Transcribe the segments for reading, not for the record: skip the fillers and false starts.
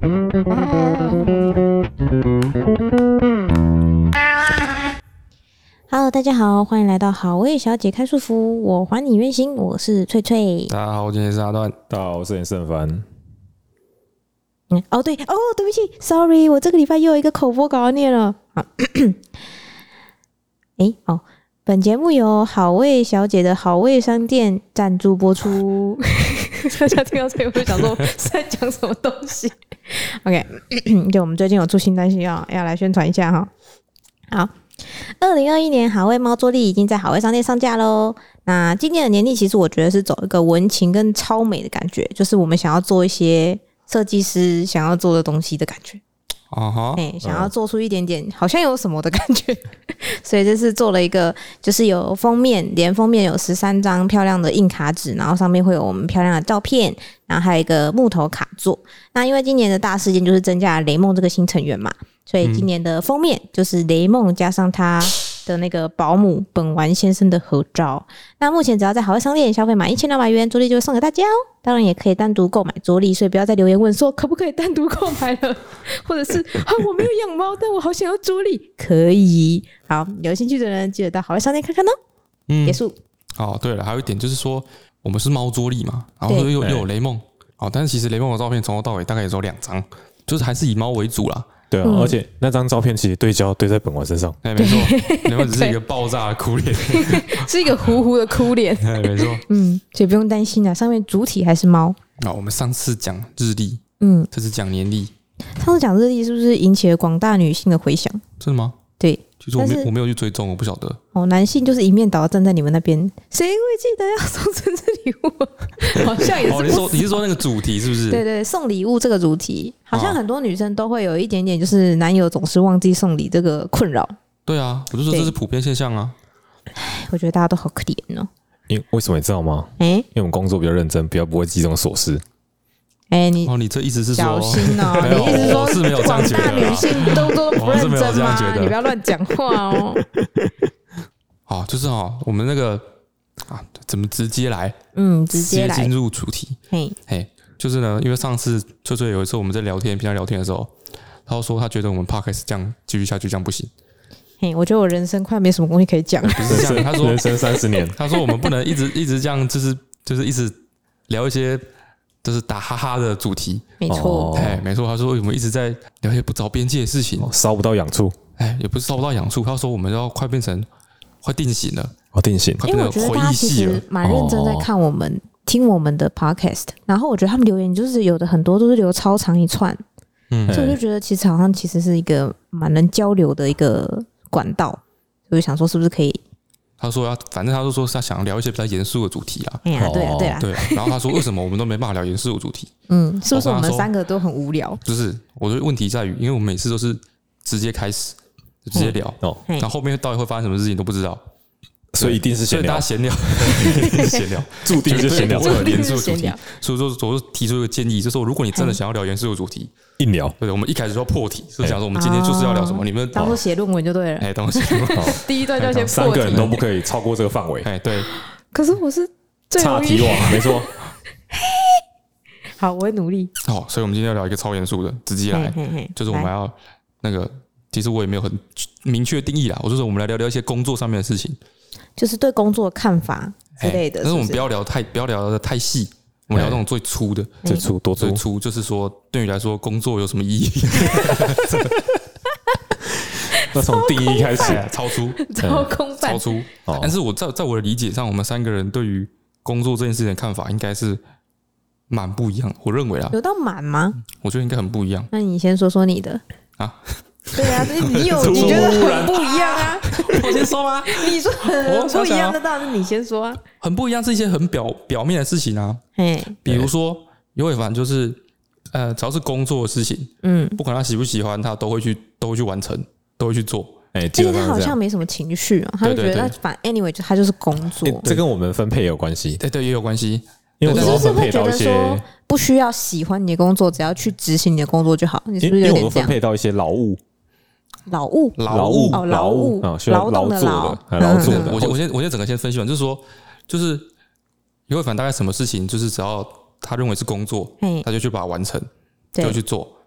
Hello， 大家好，欢迎来到好味小姐开束缚，我还你原形，我是翠翠。 大家好，我今天是阿段。 大家好，我是严胜凡。 对不起 ，sorry， 我这个礼拜又有一个口播稿要念了。本节目由好味小姐的好味商店赞助播出。大家听到这里会想说是在讲什么东西 ？OK， 就我们最近有出新单品要来宣传一下哈。好，2021年好味猫桌历已经在好味商店上架喽。那今年的年历其实我觉得是走一个文青跟超美的感觉，就是我们想要做一些设计师想要做的东西的感觉。想要做出一点点好像有什么的感觉，所以这次做了一个，就是有封面，连封面有13张漂亮的硬卡纸，然后上面会有我们漂亮的照片，然后还有一个木头卡座。那因为今年的大事件就是增加了雷梦这个新成员嘛，所以今年的封面就是雷梦加上他的那个保姆本丸先生的合照。那目前只要在好味商店消费满1200元，桌历就会送给大家哦。当然也可以单独购买桌历，所以不要再留言问说可不可以单独购买了，或者是我没有养猫，但我好想要桌历，可以。好，有兴趣的人记得到好味商店看看哦。结束。 对了，还有一点就是说，我们是猫桌历嘛，然后又有雷梦，但是其实雷梦的照片从头到尾大概也只有2张，就是还是以猫为主啦。 对啊，而且那张照片其实对焦对在本丸身上， 没错，雷梦只是一个爆炸的哭脸， 是一个糊糊的哭脸， 没错， 所以不用担心啊，上面主体还是猫。 我们上次讲日历，这次讲年历。 上次讲日历是不是引起了广大女性的回响？ 真的吗？ 对， 其实我没有去追踪，我不晓得。 男性就是一面倒站在你们那边，谁会记得要送生日礼物？好像也是你是说那个主题是不是？ 对，送礼物这个主题，好像很多女生都会有一点点，就是男友总是忘记送礼这个困扰。 对啊，我就说这是普遍现象啊。 我觉得大家都好可怜哦。 为什么你知道吗？因为我们工作比较认真，比较不会记这种琐事。 你这意思是说小心哦？你意思是说是没有这样觉得广大女性都不认真吗？你不要乱讲话哦。 就是我们那个怎么直接来？直接进入主题。就是呢，因为上次翠翠有一次我们在聊天，平常聊天的时候，他说他觉得我们 podcast 这样继续下去这样不行。 我觉得我人生快没什么东西可以讲。 不是这样，他说人生30年， 他说我们不能一直这样，就是一直聊一些就是打哈哈的主题。 没错， 没错。他说我们一直在聊一些不着边界的事情， 烧不到痒处。 也不是烧不到痒处。他说我们要快变成快定型了， 定型。 因为我觉得大家其实蛮认真在看我们、听我们的 podcast， 然后我觉得他们留言就是有的很多都是留超长一串，所以我就觉得其实好像是一个蛮能交流的一个管道，所以想说是不是可以。 他说反正他就说他想聊一些比较严肃的主题啊。 对啊。 然后他说为什么我们都没办法聊严肃的主题？ 是不是我们3个都很无聊？ 不是，我觉得问题在于，因为我们每次都是直接开始，就直接聊，然后后面到底会发生什么事情都不知道， 所以一定是闲聊， 大家闲聊，一定是闲聊， 注定是闲聊， 会有严肃的主题。所以说，我就提出一个建议，就是说，如果你真的想要聊严肃的主题， 硬聊。 对，我们一开始就要破题，是讲说我们今天就是要聊什么，你们当做写论文就对了。 当做写论文， 第一段就先破题，3 个人都不可以超过这个范围。 对。 可是我是最差题王，没错。 好，我会努力。 所以我们今天要聊一个超严肃的，直接来，就是我们要那个。其实我也没有很明确定义啦，我就说我们来聊聊一些工作上面的事情， 就是对工作的看法之类的。 但是我们不要聊的太细，我们聊那种最粗的， 最粗， 就是说对你来说工作有什么意义？ 那从定义开始， 超粗， 超粗。但是我在我的理解上，我们3个人对于工作这件事情的看法应该是蛮不一样的，我认为啦。 有到满吗？ 我觉得应该很不一样。 那你先说说你的啊。 对啊，你觉得很不一样啊？ 我先说吗？ 你说很不一样的，当然是你先说啊。 很不一样是一些很表面的事情啊，比如说尤伟凡就是只要是工作的事情，不管他喜不喜欢，他都会去完成，都会去做。 而且他好像没什么情绪啊，他就觉得反正 anyway 他就是工作。 这跟我们分配也有关系。 对，也有关系。 因为我是不是会觉得说不需要喜欢你的工作，只要去执行你的工作就好？你是不是有点这样？ 因为我们分配到一些劳务， 劳务， 需要劳做的，劳做的。 我先整个先分析完，就是尤伟凡大概什么事情，就是只要他认为是工作，他就去把它完成，就去做。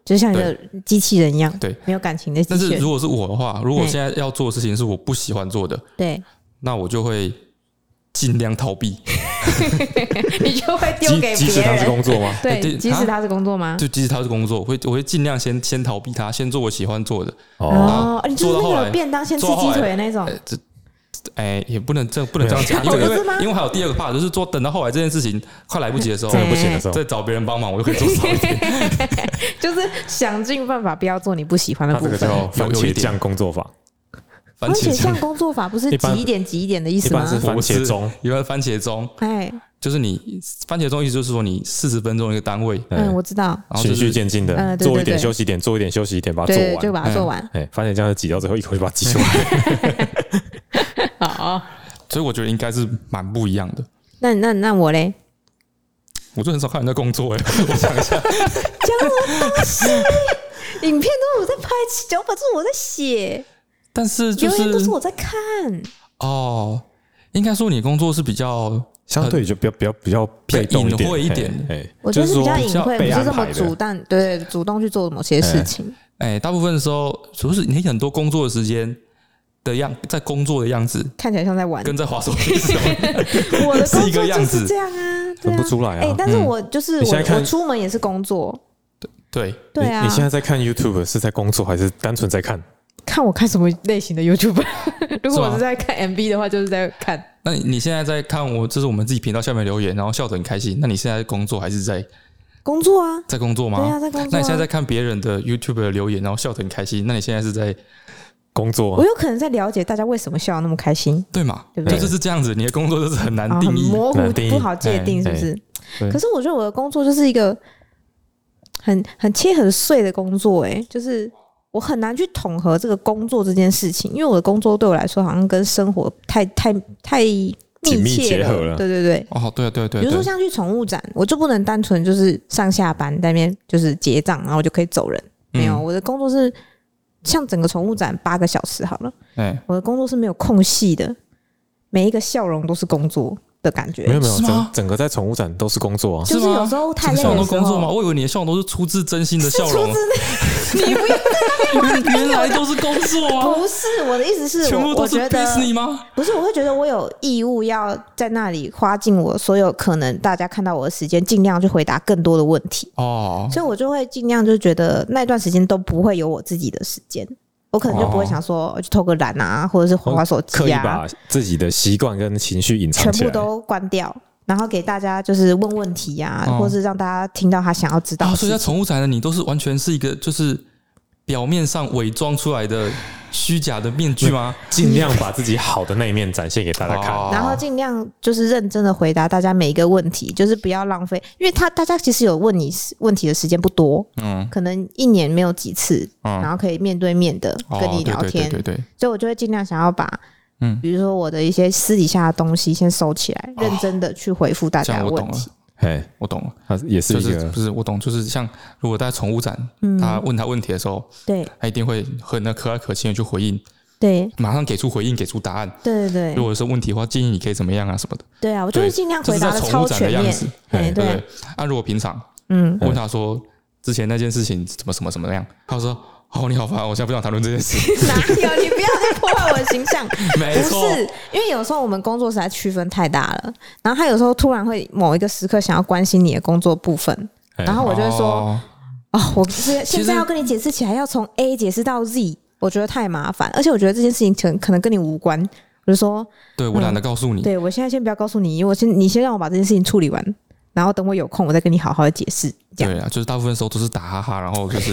就像一个机器人一样， 对， 没有感情的机器人。 但是如果是我的话，如果现在要做的事情是我不喜欢做的， 对， 那我就会尽量逃避。 你就会丢给别人。 即使他是工作吗？ 对，即使他是工作吗？ 就即使他是工作，我会尽量先逃避他，先做我喜欢做的。 你就是那个便当先吃鸡腿的那种。 也不能这样讲，因为还有第二个 part， 就是等到后来这件事情快来不及的时候， 真的不行的时候， 再找别人帮忙，我就可以做少一点。 就是想尽办法不要做你不喜欢的部分。 这个叫番茄酱工作法。 番茄酱工作法不是挤一点挤一点的意思吗？ 一般是番茄钟， 一般番茄钟，就是你番茄钟意思就是说你40分钟一个单位， 我知道， 循序渐进的，做一点休息一点，做一点休息一点，把它做完， 就把它做完。 番茄酱挤到最后一口就把它挤出来。 好， 所以我觉得应该是蛮不一样的。 那我嘞？ 我就很少看人在工作我想一下， 讲什么东西？影片都是我在拍，脚本都是我在写。 但是就是留言都是我在看哦，应该说你工作是比较相对就比较被动隐晦一点， 我觉得是比较隐晦，不是这么主动去做某些事情。 大部分的时候，就是你很多工作的时间的在工作的样子， 看起来像在玩， 跟在滑手机的时候， 我的工作就是这样啊， 分不出来啊。 但是我就是我出门也是工作， 对啊。 你现在在看 YouTube 是在工作还是单纯在看？ 看我看什么类型的 YouTube？ 如果我是在看 MV 的话，就是在看。 那你现在在看这是我们自己频道下面留言，然后笑得很开心。那你现在工作还是在工作啊？ 在工作吗？ 对啊，在工作。 那你现在在看别人的 YouTube 的留言，然后笑得很开心。那你现在是在工作？ 我有可能在了解大家为什么笑得那么开心， 对嘛？ 对不对？ 就是这样子，你的工作就是很难定义， 很模糊，不好界定，是不是？可是我觉得我的工作就是一个很切很碎的工作，就是我很难去统合这个工作这件事情，因为我的工作对我来说好像跟生活太密切了。对对对， 哦，对对对。 比如说像去宠物展，我就不能单纯就是上下班在那边就是结账，然后就可以走人。没有，我的工作是像整个宠物展8个小时好了，我的工作是没有空隙的，每一个笑容都是工作的感觉。 没有，整个在宠物展都是工作啊。 就是有时候太累的时候， 工作吗？我以为你的笑容都是出自真心的笑容。 你不要在那边原来都是工作啊！ 不是，我的意思是， 全部都是 business 吗？ 不是，我会觉得我有义务要在那里花尽我所有可能大家看到我的时间，尽量去回答更多的问题。所以我就会尽量就觉得那段时间都不会有我自己的时间。我可能就不会想说我去偷个懒啊，或者是滑手机啊， 刻意把自己的习惯跟情绪隐藏起来， 全部都关掉，然后给大家就是问问题啊，或是让大家听到他想要知道的事情。 所以在宠物展的你都是完全是一个就是表面上伪装出来的虚假的面具吗？ 尽量把自己好的那一面展现给大家看， 然后尽量就是认真的回答大家每一个问题，就是不要浪费，因为大家其实有问你问题的时间不多，可能1年没有几次，然后可以面对面的跟你聊天， 对， 所以我就会尽量想要把比如说我的一些私底下的东西先收起来，认真的去回复大家的问题。 我懂了， 他也是一个， 不是我懂，就是像如果在宠物展，他问他问题的时候， 对， 他一定会很可爱可亲的去回应， 对， 马上给出回应，给出答案， 对对对。 如果是问题的话，建议你可以怎么样啊什么的， 对啊，我就会尽量回答的超全面， 对。如果平常，问他说之前那件事情怎么样，他说你好烦，我现在不想谈论这件事。 哪有？你不要再破坏我的形象。 没错， 不是，因为有时候我们工作实在区分太大了，然后他有时候突然会某一个时刻想要关心你的工作部分，然后我就会说，我现在要跟你解释起来，要从 A 解释到 Z， 我觉得太麻烦，而且我觉得这件事情可能跟你无关，我就说， 对我懒得告诉你， 对我现在先不要告诉你，因为你先让我把这件事情处理完。然后等我有空，我再跟你好好的解释。 对啊，就是大部分时候都是打哈哈，然后就是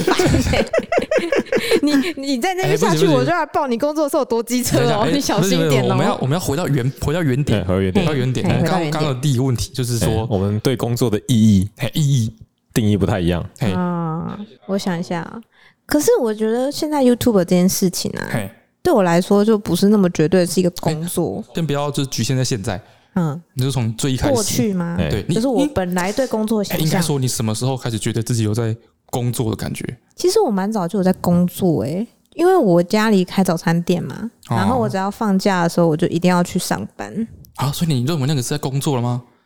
你在那边下去，我就要报你工作的时候有多机车哦，你小心一点哦。 我们要回到原点，回到原点。刚刚的第一个问题就是说， 我们对工作的意义定义不太一样。 我想一下，可是我觉得现在 YouTube 这件事情啊，对我来说就不是那么绝对是一个工作， 先不要就是局限在现在。你就从最一开始过去吗？ 对， 就是我本来对工作的想象。 应该说你什么时候开始觉得自己有在工作的感觉？ 其实我蛮早就有在工作因为我家里开早餐店嘛，然后我只要放假的时候，我就一定要去上班。 所以你认为那个是在工作了吗？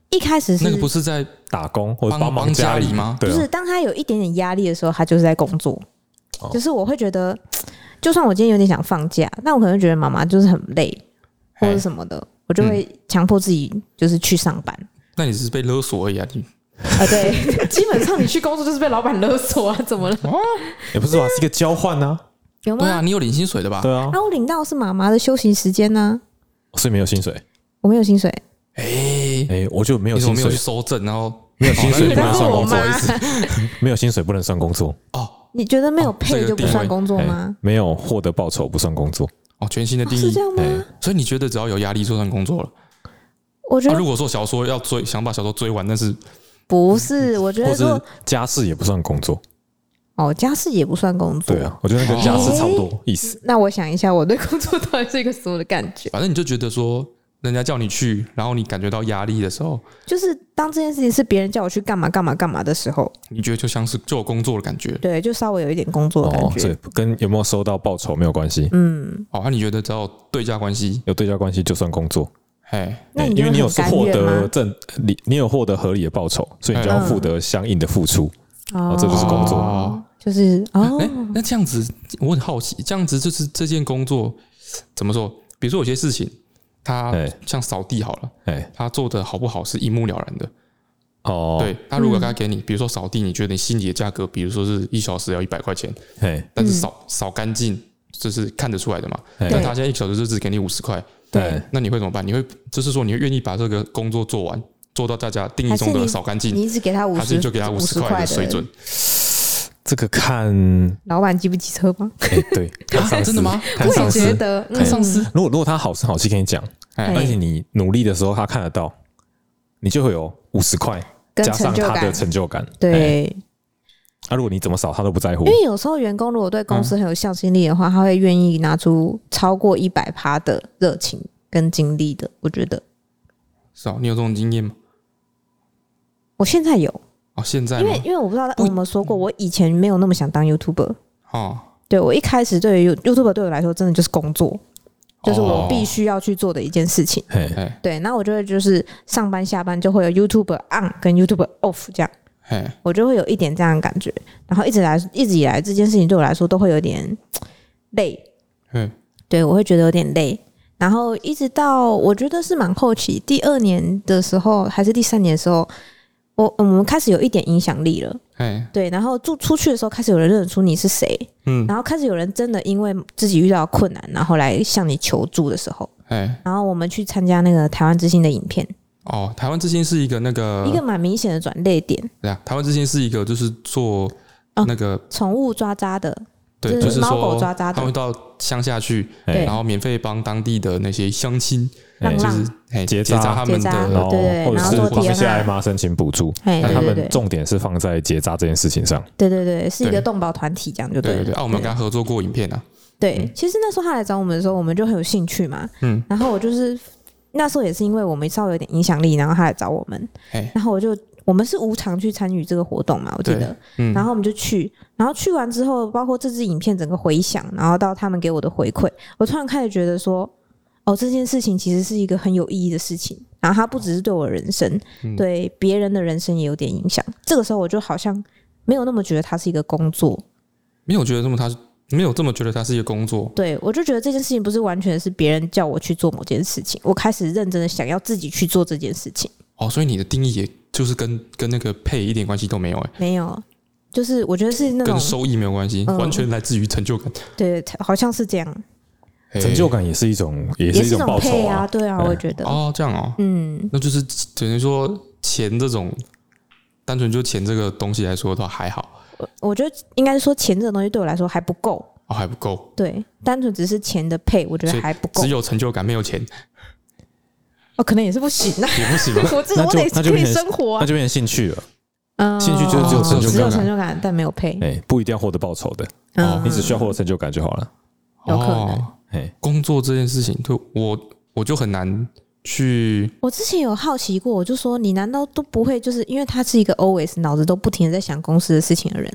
一开始是那个不是在打工或者帮忙家里吗？ 不是，当他有一点点压力的时候，他就是在工作。就是我会觉得，就算我今天有点想放假，但我可能觉得妈妈就是很累或者什么的，我就会强迫自己就是去上班。 那你只是被勒索而已啊！ 对，基本上你去工作就是被老板勒索啊，怎么了？ 也不是吧，是一个交换啊。 有吗？ 对啊，你有领薪水的吧？ 对啊。 我领到是妈妈的休息时间呢。 所以没有薪水？ 我没有薪水。 我就没有薪水， 没有去收证，然后没有薪水不能算工作，没有薪水不能算工作。 你觉得没有配就不算工作吗？ 没有获得报酬不算工作。 全新的定义是这样吗？ 所以你觉得只要有压力就算工作了？ 我觉得如果说小说要追，想把小说追完，但是不是？我觉得说家事也不算工作。 家事也不算工作。 对啊，我觉得那跟家事差不多意思。 那我想一下，我对工作到底是一个什么的感觉？ 反正你就觉得说，人家叫你去，然后你感觉到压力的时候， 就是当这件事情是别人叫我去干嘛干嘛干嘛的时候， 你觉得就像是就有工作的感觉。 对，就稍微有一点工作的感觉。 所以跟有没有收到报酬没有关系。 那你觉得只要有对价关系， 有对价关系就算工作。 那你因为你有获得你有获得合理的报酬，所以你就要负得相应的付出。这就是工作。 就是那这样子，我很好奇，这样子就是这件工作怎么说？比如说有些事情，他像扫地好了，他做的好不好是一目了然的。对，他如果他给你，比如说扫地，你觉得你心里的价格，比如说是1小时要100块钱，但是扫干净就是看得出来的嘛。但他现在1小时就只给你50块， 对， 那你会怎么办？你会就是说你会愿意把这个工作做完，做到大家定义中的扫干净？ 你一直给他50， 还是就给他50块的水准？ 这个看老板机不机车吗？ 对，看上司。 真的吗？ 我也觉得， 看上司。 如果他好声好气跟你讲，而且你努力的时候他看得到，你就会有50块加上他的成就感。 对。 如果你怎么扫他都不在乎， 因为有时候员工如果对公司很有向心力的话，他会愿意拿出超过100%的热情跟精力的。我觉得是你有这种经验吗？ 我现在有。 现在因为我不知道我有没有说过，我以前没有那么想当 YouTuber。对，我一开始对于 YouTuber 对我来说真的就是工作，就是我必须要去做的一件事情。对，那我就会就是上班下班就会有 YouTuber on 跟 YouTuber off 这样，我就会有一点这样的感觉。然后一直以来这件事情对我来说都会有点累。对，我会觉得有点累。然后一直到我觉得是蛮后期，第2年的时候还是第3年的时候。我们开始有一点影响力了，对，然后出去的时候开始有人认得出你是谁，然后开始有人真的因为自己遇到困难，然后来向你求助的时候，然后我们去参加那个台湾之星的影片。 台湾之星是一个蛮明显的转捩点。 对啊，台湾之星是一个就是做那个宠物抓渣的。 对，就是猫狗抓渣的， 他们到乡下去，然后免费帮当地的那些乡亲，就是结扎他们的， 或者是帮一些爱妈申请补助。那他们重点是放在结扎这件事情上。 对，是一个动保团体，这样就对了。 对，我们跟他合作过影片啊。 对，其实那时候他来找我们的时候，我们就很有兴趣嘛。然后我就是那时候也是因为我们稍微有点影响力，然后他来找我们，然后我们是无偿去参与这个活动嘛，我记得，然后我们就去，然后去完之后，包括这支影片整个回响，然后到他们给我的回馈，我突然开始觉得说，这件事情其实是一个很有意义的事情，然后它不只是对我的人生，对别人的人生也有点影响。这个时候我就好像没有那么觉得它是一个工作， 没有这么觉得它是一个工作。 对，我就觉得这件事情不是完全是别人叫我去做某件事情，我开始认真的想要自己去做这件事情。 所以你的定义也就是跟那个配一点关系都没有。 没有，就是我觉得是那种跟收益没有关系，完全来自于成就感。 对，好像是这样。 成就感也是一种报酬啊。对啊，我觉得。 这样那就是等于说钱这种单纯就钱这个东西来说的话还好。 我觉得应该是说钱这个东西对我来说还不够。 还不够。 对，单纯只是钱的配，我觉得还不够。 只有成就感没有钱。 可能也是不行啊， 也不行吗？ 我得可以生活， 那就变成兴趣了。兴趣就是只有成就感， 只有成就感，但没有配。 不一定要获得报酬的，你只需要获得成就感就好了。 有可能。 工作这件事情，对我就很难去。 我之前有好奇过，我就说你难道都不会，就是因为他是一个 always 脑子都不停的在想公司的事情的人，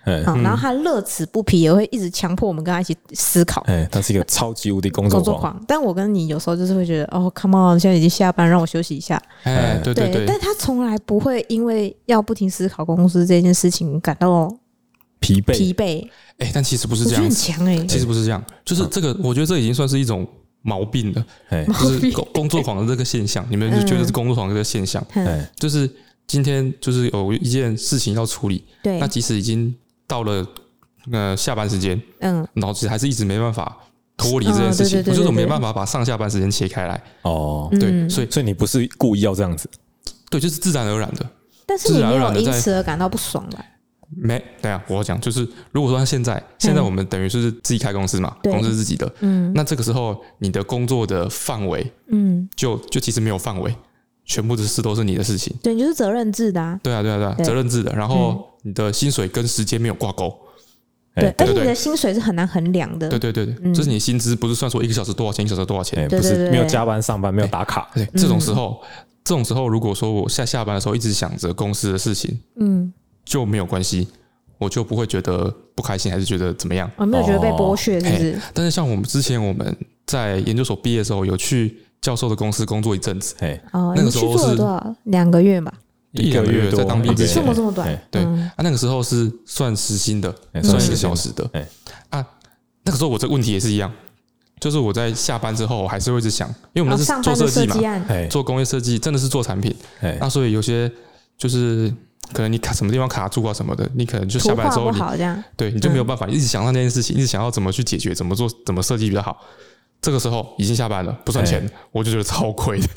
然后他乐此不疲，也会一直强迫我们跟他一起思考。 他是一个超级无敌工作狂。 但我跟你有时候就是会觉得，哦 ，come on， 现在已经下班，让我休息一下。 对， 但他从来不会因为要不停思考公司这件事情感到疲惫。 但其实不是这样子， 很强其实不是这样，就是这个，我觉得这已经算是一种毛病了，就是工作狂的这个现象。你们就觉得是工作狂的这个现象，就是今天就是有一件事情要处理，那即使已经到了下班时间，脑子还是一直没办法脱离这件事情，就是我没办法把上下班时间切开来。对，所以你不是故意要这样子， 对，就是自然而然的。 但是你没有因此而感到不爽吧？ 对啊，我要讲就是，如果说现在我们等于是自己开公司嘛，公司是自己的，那这个时候你的工作的范围，就其实没有范围，全部的事都是你的事情。 对，就是责任制的啊。 对啊，责任制的。然后你的薪水跟时间没有挂钩。 对，而且你的薪水是很难衡量的。 对，就是你薪资不是算说1个小时多少钱，1小时多少钱， 不是没有加班上班，没有打卡。 对，这种时候，如果说我下班的时候一直想着公司的事情，就没有关系，我就不会觉得不开心，还是觉得怎么样？ 没有觉得被剥削，是不是？ 但是像我们在研究所毕业的时候，有去教授的公司工作一阵子。 那个时候是多少？2个月嘛 ，1-2个月在当毕业之前， 这么短？ 对那个时候是算时薪的，算1个小时的。那个时候我这个问题也是一样。就是我在下班之后，我还是会一直想，因为我们那是做设计嘛，做工业设计，真的是做产品。那所以有些就是可能你什么地方卡住啊什么的，你可能就下班之后你就没有办法，一直想到那件事情，一直想要怎么去解决，怎么做，怎么设计比较好。这个时候已经下班了，不赚钱，我就觉得超亏的。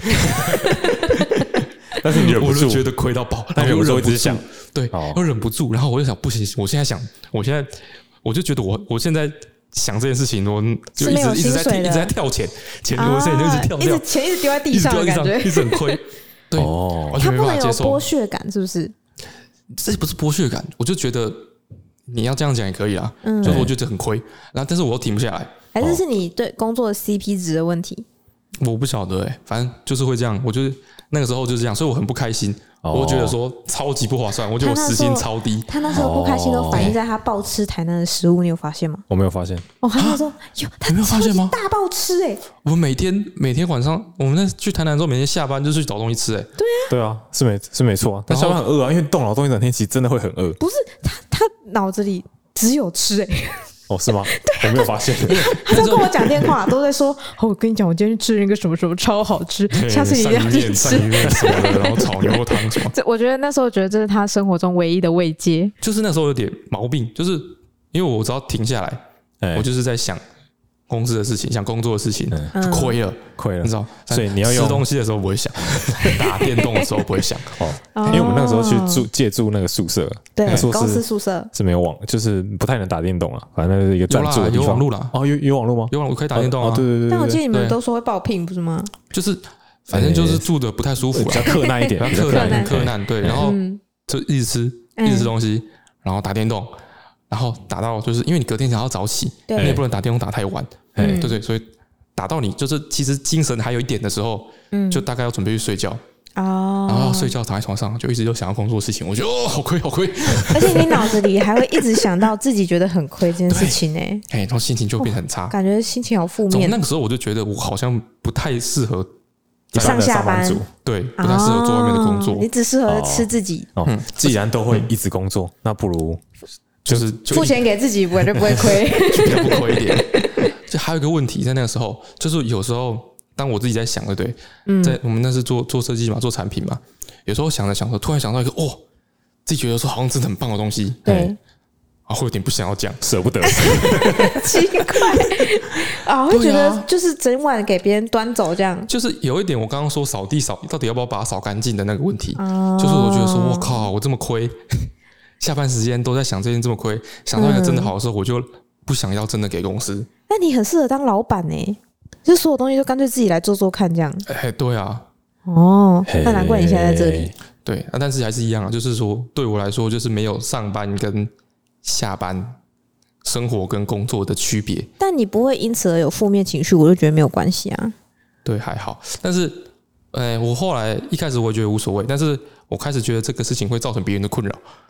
但是你忍不住， 我就觉得亏到爆， 但有时候一直想， 对，我忍不住，然后我就想，不行，我现在我就觉得我现在。想这件事情，我就一直在跳钱，我现在就一直跳掉， 钱一直丢在地上的感觉， 一直很亏。对， 他不能有剥削感，是不是？ 这不是剥削感，我就觉得你要这样讲也可以啊，就是我觉得很亏，然后但是我又停不下来， 还是你对工作的 CP 值的问题？ 我不晓得反正就是会这样，我觉得那个时候就是这样，所以我很不开心。我觉得说超级不划算，我觉得我时薪超低。 他那时候不开心都反映在他暴吃台南的食物，你有发现吗？ 我没有发现。 他那时候他没有发现吗？ 大暴吃我们每天晚上，我们那去台南之后，每天下班就去找东西吃对啊，是没错啊。但下班很饿啊，因为动脑动一整天，其实真的会很饿。 不是他脑子里只有吃是吗？我没有发现。 他在跟我讲电话，都在说：“我跟你讲，我今天吃那个什么什么超好吃，下次你一定要去吃。” 什么的，然后炒牛肉汤什么。 我觉得那时候觉得这是他生活中唯一的慰藉。 就是那时候有点毛病，就是因为我只要停下来，我就是在想公司的事情，想工作的事情，就亏了，你知道？ 所以你要用吃东西的时候不会想，打电动的时候不会想。 因为我们那个时候去借住那个宿舍， 对，公司宿舍是没有网，就是不太能打电动了。反正那是一个专注的地方。 有网路啦。 有网路吗？ 有网路可以打电动啊。 对。 但我记得你们都说会爆ping，不是吗？ 就是反正就是住的不太舒服， 比较克难一点， 克难。对，然后就一直吃东西，然后打电动，然后打到就是因为你隔天想要早起，你也不能打电动打太晚，对，所以打到你就是其实精神还有一点的时候，就大概要准备去睡觉。然后睡觉躺在床上，就一直就想要工作的事情，我觉得好亏。 而且你脑子里还会一直想到自己觉得很亏这件事情然后心情就变很差， 感觉心情好负面。 从那个时候我就觉得我好像不太适合上下班， 对，不太适合做外面的工作。 你只适合吃自己。 既然都会一直工作，那不如就是付钱给自己，我就不会亏， 就比较不亏一点。就还有一个问题，在那个时候，就是有时候当我自己在想，对不对？在我们那是做设计嘛，做产品嘛，有时候想着，突然想到一个自己觉得说好像真的很棒的东西， 对， 会有点不想要讲， 舍不得， 奇怪会觉得就是整晚给别人端走这样， 就是有一点我刚刚说扫地到底要不要把它扫干净的那个问题，就是我觉得说我靠，我这么亏，下班时间都在想这件这么亏，想到一个真的好的时候，我就不想要真的给公司。 那你很适合当老板就所有东西都干脆自己来做看这样。 对啊。 那难怪你现在在这里。 对但是还是一样就是说对我来说就是没有上班跟下班生活跟工作的区别。 但你不会因此而有负面情绪，我就觉得没有关系啊。 对，还好。但是我后来一开始我也觉得无所谓，但是我开始觉得这个事情会造成别人的困扰。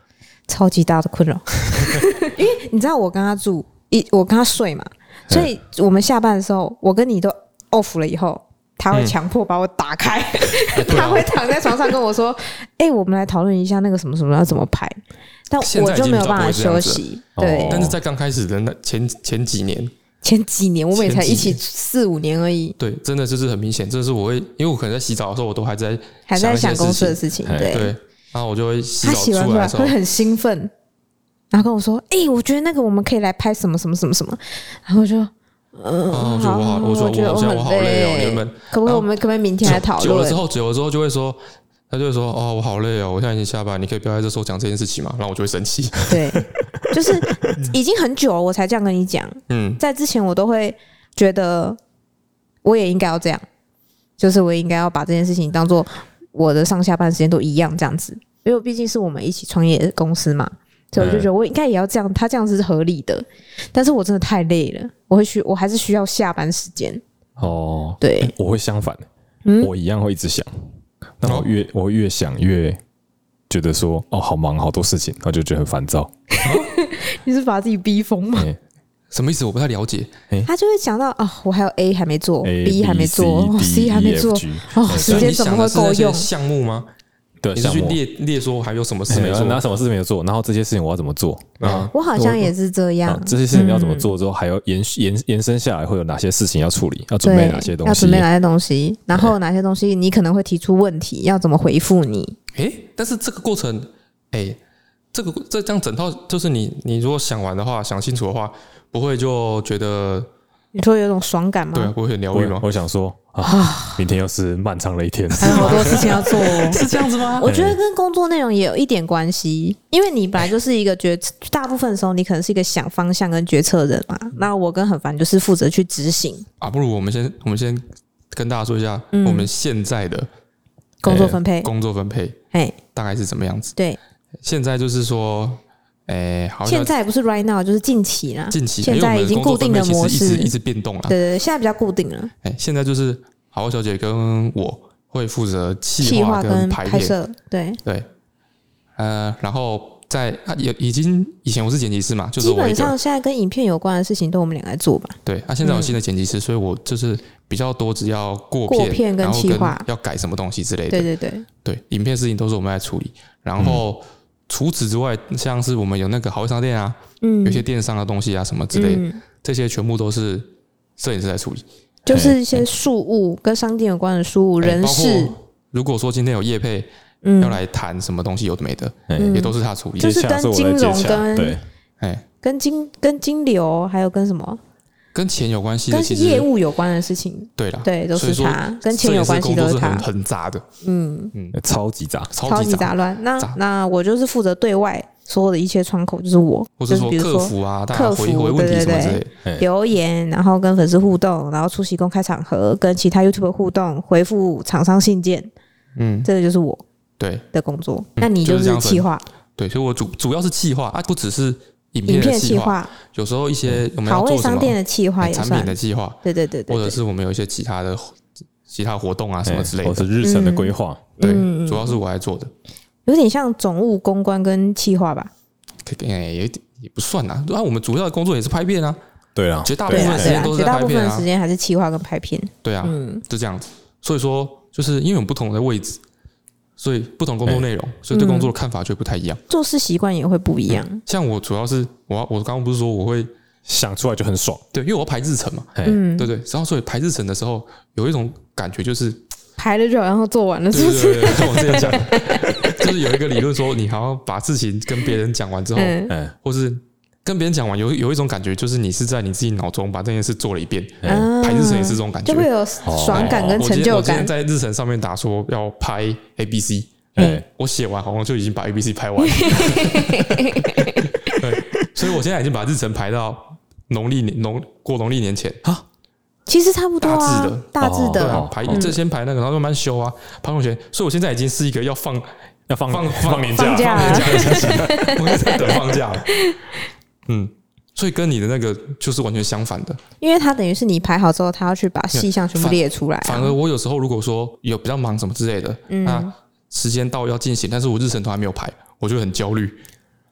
超级大的困扰，因为你知道我跟他住，我跟他睡嘛，所以我们下班的时候，我跟你都 off 了以后，他会强迫把我打开，他会躺在床上跟我说：“我们来讨论一下那个什么什么要怎么排。”但我就没有办法休息。对， 但是在刚开始的那前几年，我们也才一起4-5年而已。对，真的就是很明显，这是我会，因为我可能在洗澡的时候，我都还在想公司的事情。对， 然后我就会他洗完出来会很兴奋，然后跟我说：“我觉得那个我们可以来拍什么什么什么什么。”然后我就我觉得我好累哦，你们可不可以明天来讨论？ 久了之后就会说。他就会说：“哦，我好累哦，我现在已经下班，你可以不要在这时候讲这件事情嘛？”然后我就会生气。 对，就是已经很久了，我才这样跟你讲。在之前我都会觉得我也应该要这样，就是我应该要把这件事情当做我的上下班时间都一样这样子，因为毕竟是我们一起创业的公司嘛，所以我就觉得我应该也要这样，他这样子是合理的。但是我真的太累了，我还是需要下班时间。 哦， 对， 我会相反，我一样会一直想。那我越想越觉得说好忙，好多事情，然后就觉得很烦躁。 你是把自己逼疯吗？ 什么意思？我不太了解。 他就会想到我还有 A 还没做 ，B 还没做 ，C 还没做，时间怎么会够用？ 项目吗？ 对， 你是去列说还有什么事没做， 拿什么事没有做，然后这些事情我要怎么做？ 我好像也是这样。 这些事情要怎么做之后，还要延伸下来会有哪些事情要处理？要准备哪些东西？ 要准备哪些东西？然后哪些东西你可能会提出问题，要怎么回复你？ 但是这个过程，这样整套就是你如果想完的话，想清楚的话，不会就觉得你说有种爽感吗？ 对，不会很疗愈吗？ 我想说明天又是漫长的一天， 还有好多事情要做。 是这样子吗？ 我觉得跟工作内容也有一点关系，因为你本来就是一个大部分的时候你可能是一个想方向跟决策人嘛。那我跟很烦就是负责去执行不如我们先跟大家说一下我们现在的工作分配， 大概是怎么样子？ 对， 现在就是说。好像现在不是 right now， 就是近期啦。 现在已经固定的模式， 一直变动了。 对，现在比较固定了。 现在就是好好小姐跟我会负责企划跟拍摄，对。 然后以前我是剪辑师嘛，就是基本上现在跟影片有关的事情都我们两个来做吧。 对，现在有新的剪辑师，所以我就是比较多只要过片跟企划， 要改什么东西之类的。对，影片事情都是我们来处理，然后。除此之外，像是我们有那个好味商店啊，有些电商的东西啊什么之类的，这些全部都是摄影师在处理， 就是一些事务跟商店有关的事务人事。 如果说今天有业配要来谈什么东西有的没的，也都是他处理， 就是跟金融跟金流还有跟什么？ 跟钱有关系的， 跟业务有关的事情， 对啦， 对，都是他，跟钱有关系都是他， 很杂的， 超级杂， 超级杂乱。那我就是负责对外所有的一切窗口，就是我， 或者说客服啊，客服回问题什么之类的， 留言，然后跟粉丝互动，然后出席公开场合，跟其他 YouTube 互动，回复厂商信件，这个就是我对的工作。那你就是企划， 对，所以我主要是企划不只是。影片企划，有时候一些我们要做什么好味商店的企划， 产品的企划， 对， 或者是我们有一些其他活动啊什么之类的， 或者是日程的规划， 对，主要是我来做的， 有点像总务、公关跟企划吧， 也不算啊。我们主要的工作也是拍片啊， 对啊， 绝大部分时间都是在拍片啊， 绝大部分时间还是企划跟拍片， 对啊，就这样子。所以说，就是因为有不同的位置。所以不同工作内容，所以对工作的看法就不太一样， 做事习惯也会不一样。 像我主要是我刚刚不是说我会想出来就很爽， 对，因为我要排日程嘛，对，然后所以排日程的时候有一种感觉就是排了就然后做完了，是不是？ 对，跟我之前讲，就是有一个理论说，你好像把事情跟别人讲完之后，或是跟别人讲完有一种感觉，就是你是在你自己脑中把这件事做了一遍，排日程也是这种感觉， 就会有爽感跟成就感。 我今天在日程上面打说要拍 ABC，我写完好像就已经把 ABC 拍完了，对，所以我现在已经把日程排到过农历年前啊。 其实差不多啊，大致的， 对啊，先排那个，然后慢慢修啊，排完前，所以我现在已经是一个要放年假的事情，我在等放假。所以跟你的那个就是完全相反的， 因为他等于是你排好之后，他要去把细项全部列出来。 反而我有时候如果说有比较忙什么之类的，那时间到要进行，但是我日程都还没有排，我就很焦虑。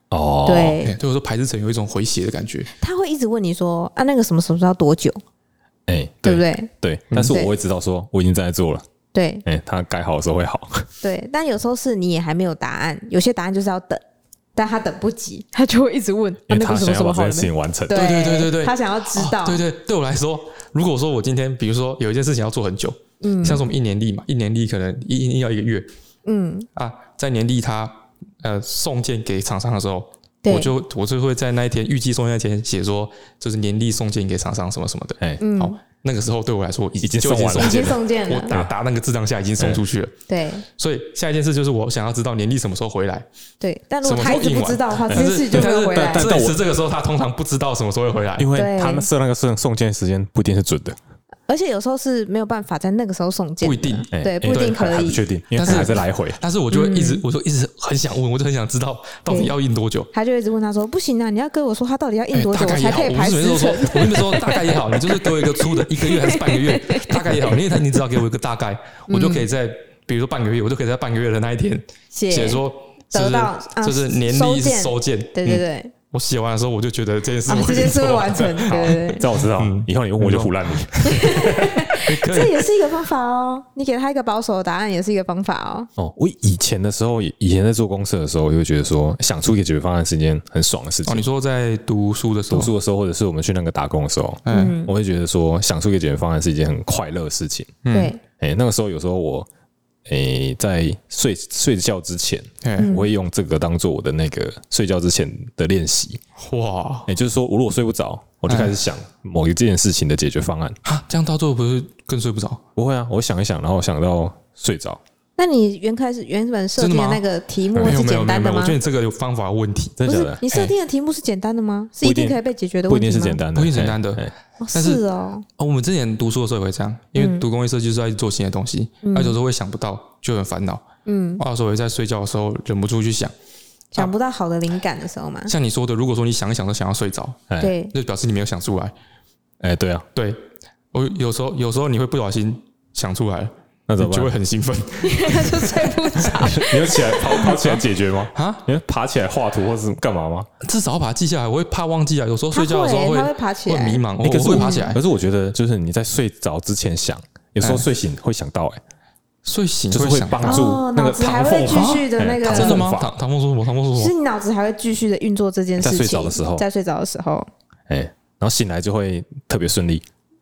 哦， 对， 对我说排字成有一种回血的感觉。 他会一直问你说啊，那个什么时候要多久？对不对？ 对，但是我会知道说我已经在做了。 对， 他改好的时候会好。 对，但有时候是你也还没有答案，有些答案就是要等。但他等不及，他就会一直问， 因为他想要把这件事情完成。 对，他想要知道。 对我来说，如果说我今天，比如说有一件事情要做很久，像是我们1年历嘛，1年历可能要1个月，在年历他送件给厂商的时候，我就会在那一天预计送件那天写说，就是年历送件给厂商什么什么的，好。那个时候对我来说已经送件了，我打那个字当下已经送出去了。 对， 所以下一件事就是我想要知道年历什么时候回来。 对，但如果他一直不知道的话，这件事就没有回来。 但是这个时候他通常不知道什么时候会回来， 因为他设那个送件时间不一定是准的。 而且有时候是没有办法在那个时候送件， 不一定， 对，不一定可以， 不确定，因为他还是来回。 但是我就会一直很想问，我就很想知道到底要印多久。 他就一直问他说：“不行啊，你要跟我说他到底要印多久，我才可以排时程。” 我跟你们说，大概也好，你就是给我一个粗的1个月还是半个月，大概也好，因为你只要给我一个大概，我就可以在比如说半个月，我就可以在半个月的那一天写说得到就是年历收件， 对。 我写完的时候，我就觉得这件事会完成。对， 这我知道。以后你问我就唬烂你。 这也是一个方法哦。你给他一个保守的答案，也是一个方法哦。 我以前在做公司的时候，我就会觉得说，想出一个解决方案是一件很爽的事情。 你说在读书的时候， 或者是我们去那个打工的时候，我会觉得说，想出一个解决方案是一件很快乐的事情。 对， 那个时候有时候我。在睡觉之前，我会用这个当做我的那个睡觉之前的练习。 哇！ 就是说，如果睡不着，我就开始想某一件事情的解决方案。 这样到最后不是更睡不着？ 不会啊，我想一想，然后想到睡着。 那你原本设定的那个题目是简单的吗？ 我觉得你这个有方法问题， 真的假的？ 你设定的题目是简单的吗？是一定可以被解决的问题吗？ 不一定是简单的， 不一定简单的。 但是我们之前读书的时候也会这样，因为读工业设计就是要做新的东西，有时候会想不到，就很烦恼。我有时候也在睡觉的时候忍不住去想不到好的灵感的时候嘛。 像你说的，如果说你想一想都想要睡着， 对， 就表示你没有想出来。 对啊， 对，我有时候你会不小心想出来了。那怎么办？就会很兴奋， 他就睡不着。 你要起来跑起来解决吗？你要爬起来画图或是干嘛吗？ 至少要把它记下来，我会怕忘记啊。有时候睡觉的时候会爬起来， 会迷茫，我会爬起来。 可是我觉得，就是你在睡着之前想，有时候睡醒会想到， 睡醒就是会帮助那个唐凤继续的那个真的吗？唐凤说什么？唐凤说什么？ 是你脑子还会继续的运作这件事情。 在睡着的时候，然后醒来就会特别顺利。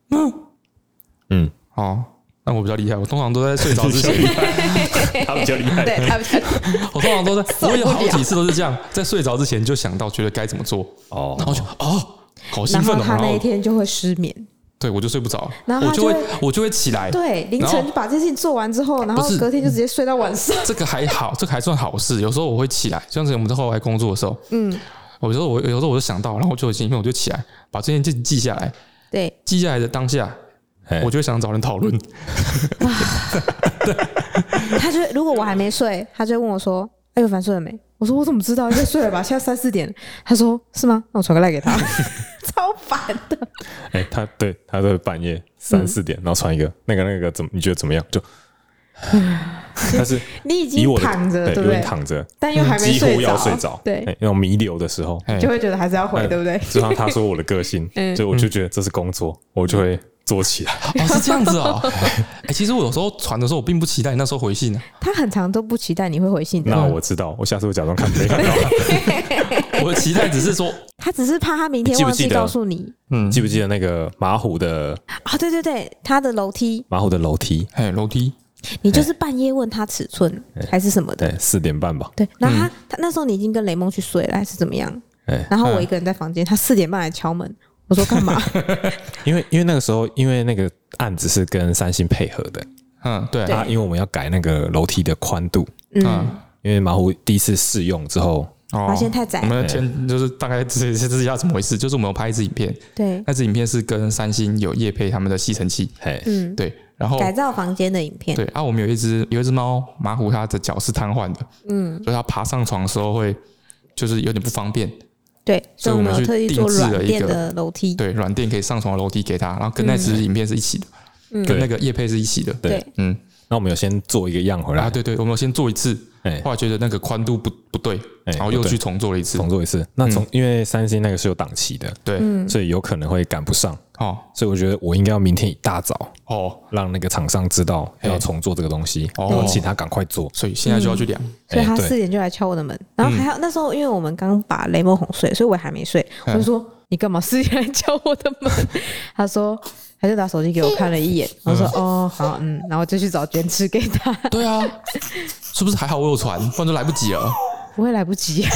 那我比较厉害，我通常都在睡着之前。 他比较厉害， 对，他比较。 我通常都在，我有好几次都是这样，在睡着之前就想到，觉得该怎么做，然后就好兴奋， 然后他那一天就会失眠。 对，我就睡不着， 然后我就会起来， 对，凌晨把这件事情做完之后，然后隔天就直接睡到晚上。 这个还好，这个还算好事。有时候我会起来，像是我们在后来工作的时候，有时候我就想到，然后我就有兴奋，我就起来把这件事记下来。 对， 记下来的当下。我就会想找人讨论。 他就如果我还没睡，他就问我说：“哎呦，凡睡了没？”我说：“我怎么知道？应该睡了吧？现在3、4点。”他说：“是吗？那我传个赖给他。”超烦的。 他都会半夜3、4点，然后传一个那个怎么？你觉得怎么样？就，但是你已经躺着，对不对？ 躺着， 但又还没几乎要睡着， 对， 那种弥留的时候， 就会觉得还是要回，对不对？ 就像他说我的个性，就我就觉得这是工作，我就会。做起来是这样子哦。其实我有时候传的时候，我并不期待你那时候回信。 他很常都不期待你会回信的。 那我知道，我下次会假装看没看到。 我的期待只是说， 他只是怕他明天忘记告诉你。 记不记得那个马虎的？ 对，他的楼梯， 马虎的楼梯， 楼梯。 你就是半夜问他尺寸还是什么的？ 对，4点半吧。 对，然后他那时候你已经跟雷蒙去睡了，还是怎么样？然后我一个人在房间，他4点半来敲门。我说干嘛？ 因为那个时候，因为那个案子是跟3星配合的， 对因为我们要改那个楼梯的宽度，因为马虎第一次试用之后， 发现太窄。 我们就是大概这是要怎么回事？就是我们有拍一支影片， 对， 那支影片是跟3星有业配他们的吸尘器，对，然后改造房间的影片， 对我们有一只猫马虎，它的脚是瘫痪的，所以它爬上床的时候会就是有点不方便。 对，所以我们有特意做软垫的楼梯， 对，软垫可以上床的楼梯给他，然后跟那支影片是一起的，跟那个业配是一起的， 对， 那我们有先做一个样回来对，我们有先做一次，后来觉得那个宽度不对，然后又去重做了一次。 那因为3星那个是有档期的， 对， 所以有可能会赶不上。所以我觉得我应该要明天一大早让那个厂商知道要重做这个东西，然后请他赶快做。 所以现在就要去量。 所以他4点就来敲我的门，然后还有那时候因为我们刚把雷梦哄睡，所以我还没睡，我就说你干嘛4点来敲我的门？他说。他就拿手机给我看了一眼，我说哦好然后就去找卷尺给他。 对啊，是不是还好我有传，不然就来不及了。 不会来不及。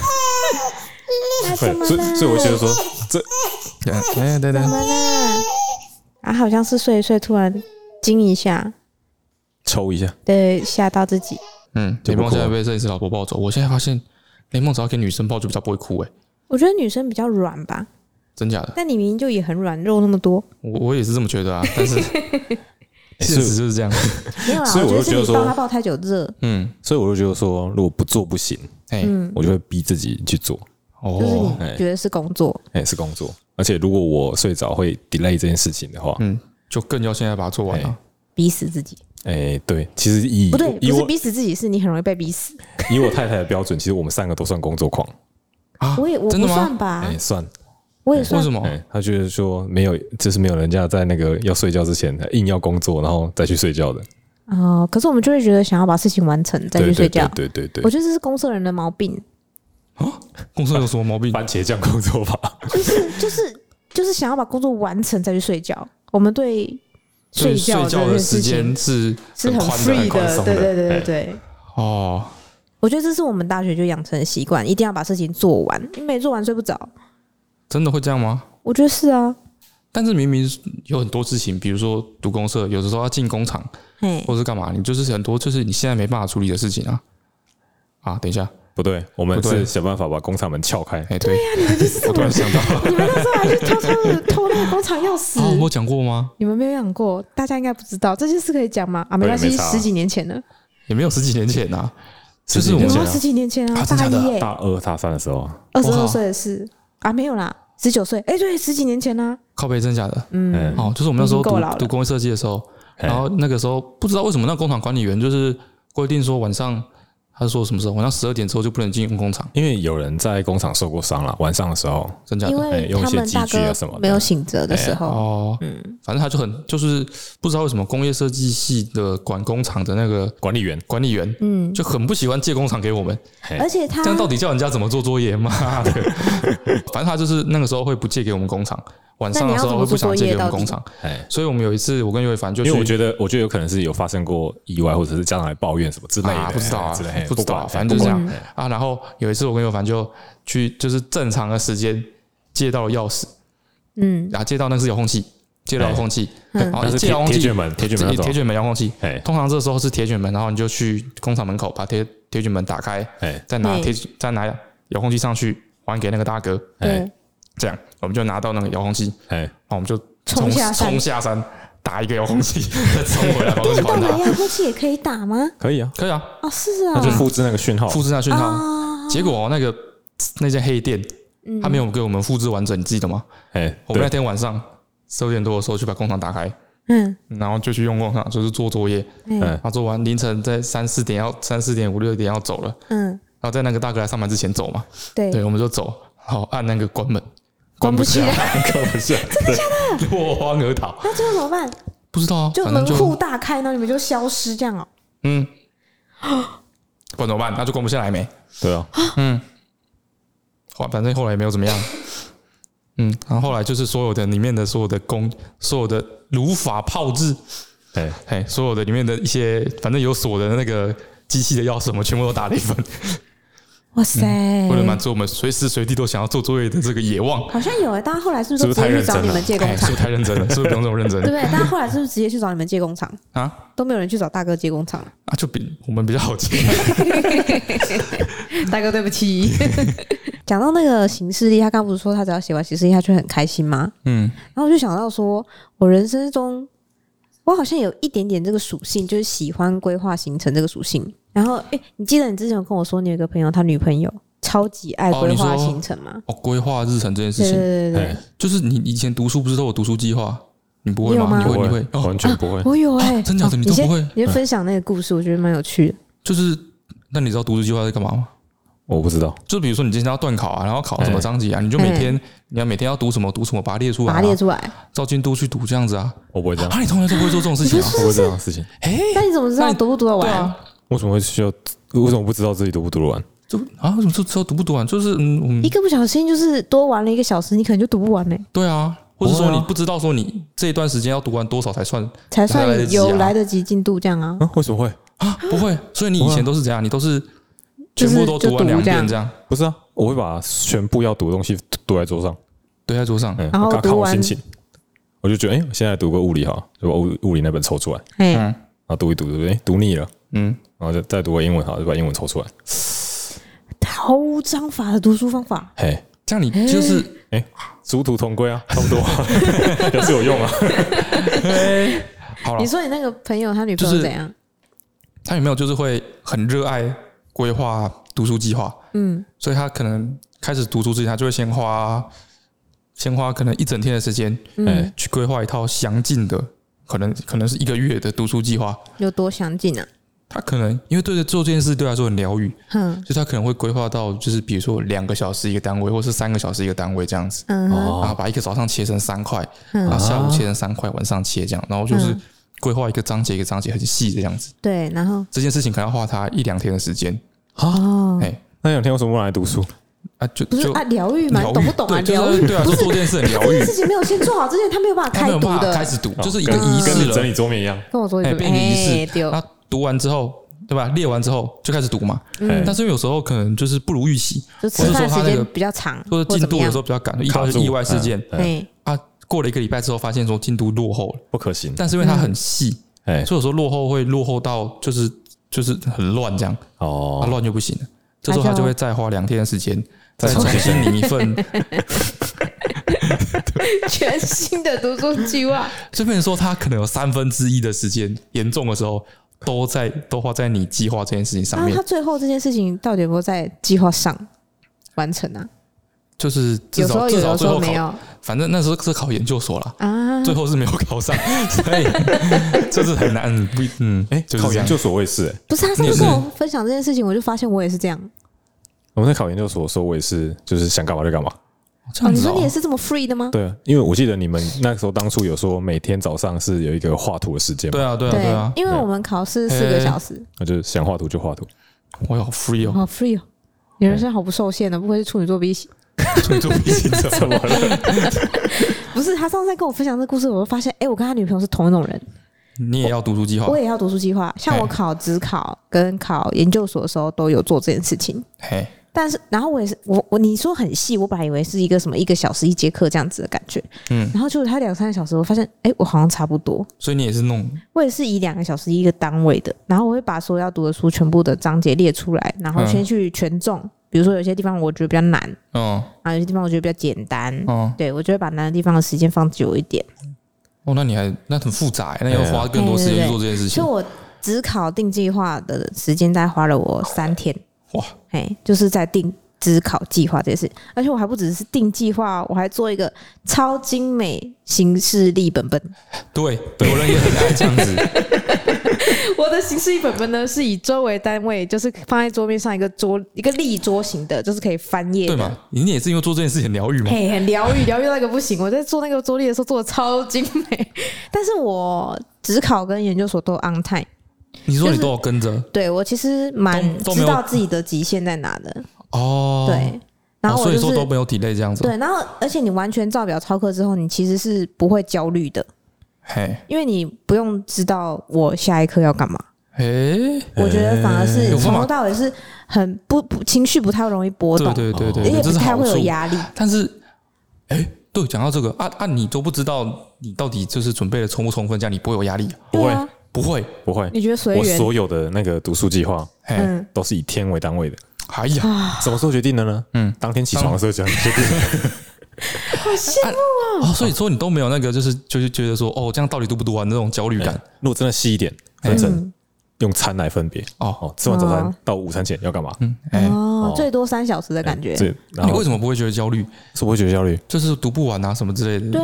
所以我觉得说这， 对，怎么了？啊，好像是睡一睡，突然惊一下， 抽一下， 对，吓到自己。 雷梦现在被摄影师老婆抱走，我现在发现雷梦只要给女生抱就比较不会哭我觉得女生比较软吧。 真假的？ 但你明明就也很软，肉那么多。 我也是这么觉得啊，但是事实就是这样。 没有啦，所以我就觉得说抱他抱太久热。 所以我就觉得说，如果不做不行，我就会逼自己去做。 就是你觉得是工作， 是工作。而且如果我睡着会 delay 这件事情的话， 就更要现在把它做完了， 逼死自己。 对，其实不对，不是逼死自己，是你很容易被逼死。 以我太太的标准，其实我们3个都算工作狂啊。 我不算吧？ 算。 我也算。 为什么？ 他觉得说没有，就是没有人家在那个要睡觉之前硬要工作，然后再去睡觉的。 可是我们就会觉得想要把事情完成再去睡觉。 对， 我觉得这是公社人的毛病。 公社有什么毛病？ 番茄酱工作法。 就是想要把工作完成再去睡觉。我们对睡觉的时间是很 free 的，对。我觉得这是我们大学就养成的习惯，一定要把事情做完，你没做完睡不着。 真的会这样吗？ 我觉得是啊。 但是明明有很多事情，比如说读公社，有的时候要进工厂，或者是干嘛，你就是很多就是你现在没办法处理的事情啊。等一下， 不对，我们是想办法把工厂门撬开。 对呀，你们就是我突然想到， 你们那时候还去偷那个工厂钥匙。 我讲过吗？ 你们没有讲过，大家应该不知道这件事可以讲吗？没关系，10几年前了， 也没有10几年前啊， 就是我们 10几年前啊，大1 大2大3的时候 ，22岁的事没有啦。19岁，对，10几年前呢。 靠北，真假的？就是我们那时候读工业设计的时候，然后那个时候不知道为什么那工厂管理员就是规定说晚上，他说什么时候晚上12点之后就不能进工厂， 因为有人在工厂受过伤了，晚上的时候， 真假的？ 因为他们大哥没有醒着的时候， 反正他就是不知道为什么工业设计系的管工厂的那个管理员，就很不喜欢借工厂给我们， 而且他这样到底叫人家怎么做作业？妈的！反正他就是那个时候会不借给我们工厂，晚上的时候会不想借给我们工厂，所以我们有一次我跟尤伟凡就因为我觉得有可能是有发生过意外，或者是家长来抱怨什么之类的， 不知道不知道，反正就是这样然后有一次我跟尤伟凡就去就是正常的时间借到了钥匙，然后借到那是遥控器。接了遥控器，然后接遥控器，铁卷门遥控器。通常这时候是铁卷门，然后你就去工厂门口把铁卷门打开，再拿遥控器上去还给那个大哥。这样我们就拿到那个遥控器，然后我们就冲下山打一个遥控器，再冲回来把遥控器还他。 遥控器也可以打吗？ 可以啊， 可以啊。 是啊， 那就复制那个讯号， 结果那间黑店，他没有给我们复制完整，你记得吗？我们那天晚上12点多的时候去把工厂打开，然后就去用工厂，就是做作业，然后做完凌晨在3、4点5、6点要走了，然后在那个大哥来上班之前走嘛，对，我们就走，然后按那个关门，关不下来， 真的假的？落荒而逃。 那最后怎么办？ 不知道啊， 就门户大开，然后你们就消失这样哦。 不然怎么办？那就关不下来没？ 对啊， 反正后来也没有怎么样。然后后来就是所有的里面的所有的如法炮制，所有的里面的一些反正有锁的那个机器的钥匙，我们全部都打了一份。 哇塞！ 为了满足我们随时随地都想要做作业的这个野望， 好像有大家后来是不是都直接去找你们借工厂？ 是不是太认真了？是不是不用这么认真？ 对不对？大家后来是不是直接去找你们借工厂啊？都没有人去找大哥借工厂就比我们比较好借。 大哥，对不起。讲到那个行事历，他刚不是说他只要写完行事历，他就很开心吗？然后我就想到说，我人生中我好像有一点点这个属性，就是喜欢规划行程这个属性。然后，你记得你之前有跟我说，你有一个朋友，他女朋友超级爱规划行程吗？ 规划日程这件事情， 对， 就是你以前读书不是都有读书计划？ 你不会吗？你会？ 完全不会。 我有真的，你都不会？ 你先分享那个故事，我觉得蛮有趣的。 就是，那你知道读书计划在干嘛吗？ 我不知道。 就比如说你今天要段考啊，然后考什么章节啊，你就每天要读什么，把它列出来，照进度去读这样子啊。 我不会这样。 你从来都不会做这种事情啊？ 我不会这样的事情。 那你怎么知道读不读得完？ 为什么不知道自己读不读得完？ 为什么就知道读不读完？就是一个不小心就是多玩了1个小时，你可能就读不完嘞。 对啊，或者说你不知道说你这一段时间要读完多少才算有来得及进度这样啊？ 为什么会啊？不会，所以你以前都是怎样？你都是全部都读完2遍这样？ 不是啊，我会把全部要读的东西堆在桌上， 然后看我心情，我就觉得现在读个物理好，就把物理那本抽出来，然后读一读，对不对？读腻了，然后再读个英文好，就把英文抽出来。 毫无章法的读书方法， 这样你就是殊途同归啊，差不多，也是有用啊。 好了， 你说你那个朋友他女朋友怎样？ 他有没有就是会很热爱规划读书计划？所以他可能开始读书之前，他就会先花可能1整天的时间，去规划一套详尽的，可能是1个月的读书计划。 有多详尽啊？ 他可能因为做这件事对他来说很疗愈，所以他可能会规划到就是比如说2个小时一个单位，或是3个小时一个单位这样子，然后把一个早上切成3块，然后下午切成3块，晚上切这样，然后就是规划一个章节一个章节很细的这样子。 对，然后这件事情可能要花他1-2天的时间。 那2天为什么不拿来读书？ 就疗愈嘛，懂不懂啊？疗愈对啊，就做这件事很疗愈。 这件事情没有先做好之前，他没有办法开读的， 开始读就是一个仪式了， 跟整理桌面一样， 跟我说一变一个仪式。他读完之后，对吧？列完之后就开始读嘛。但是有时候可能就是不如预期， 或者说他那个比较长， 或者进度有时候比较赶，遇到意外事件。过了1个礼拜之后，发现说进度落后了， 不可行。 但是因为它很细，所以有时候会落后到就是很乱这样。它乱就不行了。这时候他就会再花2天的时间，再重新拟一份全新的读书计划。 就变成说，他可能有1/3的时间，严重的时候都花在你计划这件事情上面。 那他最后这件事情到底有没有在计划上完成啊？ 就是至少最后没有，反正那时候是考研究所啦，最后是没有考上，所以就是很难。 考研究所我也是， 不是他上次跟我分享这件事情，我就发现我也是这样。 我们在考研究所的时候，我也是，就是想干嘛就干嘛。 你说你也是这么 free 的吗？ 对啊，因为我记得你们那时候当初有说每天早上是有一个画图的时间嘛。 对啊， 因为我们考试4个小时， 那就想画图就画图。 我好 free 哦， 好 free 哦，你人生好不受限的，不会是处女座 B 型？ 处女座 B 型怎么了？ 不是，他上次在跟我分享这个故事，我就发现，我跟他女朋友是同一种人。 你也要读书计划？ 我也要读书计划。像我考指考跟考研究所的时候，都有做这件事情。但是，然后我也是，你说很细，我本来以为是一个什么1个小时1节课这样子的感觉，然后就是他2-3个小时，我发现，我好像差不多。 所以你也是弄？ 我也是以2个小时1个单位的，然后我会把所有要读的书全部的章节列出来，然后先去权重，比如说有些地方我觉得比较难，有些地方我觉得比较简单，对，我就会把难的地方的时间放久一点。 那很复杂，那要花更多时间去做这件事情。 所以我只考定计划的时间，大概花了我3天。 哇， 就是在定只考计划这件事，而且我还不只是定计划，我还做一个超精美行事历本本。 对，有人也很爱这样子。 我的行事历本本呢，是以周为单位，就是放在桌面上一个立桌型的，就是可以翻页的。 对嘛？你也是因为做这件事情很疗愈吗？ 很疗愈到一个不行。我在做那个桌历的时候做的超精美，但是我只考跟研究所都 on time。 你说你都有跟着？ 对，我其实蛮知道自己的极限在哪的。对，然后所以说都没有 delay 这样子。 对，然后而且你完全照表操课之后，你其实是不会焦虑的。因为你不用知道我下一课要干嘛。我觉得反而是从头到尾是很情绪不太容易波动， 对， 也不太会有压力。 但是，对，讲到这个你都不知道你到底就是准备的充不充分，这样你不会有压力？不会。 你觉得随缘？ 我所有的那个读书计划，都是以天为单位的。 哎呀， 什么时候决定的呢？当天起床的时候就决定的。 好羡慕所以说你都没有那个就是觉得说这样到底读不读完那种焦虑感。 如果真的细一点，分成用餐来分别。吃完早餐到午餐前要干嘛？ 最多3小时的感觉。 你为什么不会觉得焦虑？ 是不会觉得焦虑， 就是读不完啊什么之类的。 对啊，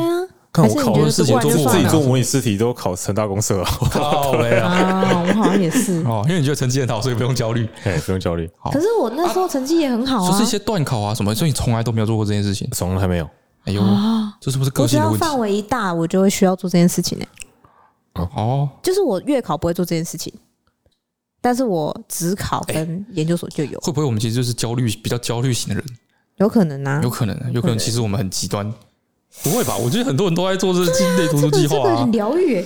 看我考的自己做模拟试题都考成大公社了， 好没啊， 我好像也是哦，因为你觉得成绩很好，所以不用焦虑， 不用焦虑。 可是我那时候成绩也很好啊， 就是一些段考啊什么，所以你从来都没有做过这件事情， 从来没有。 哎呦，这是不是个性的问题？ 我只要范围一大，我就会需要做这件事情呢。 哦， 就是我月考不会做这件事情，但是我指考跟研究所就有。 会不会我们其实就是比较焦虑型的人？ 有可能啊， 有可能，其实我们很极端。不会吧？我觉得很多人都在做这类读书计划这个很疗愈。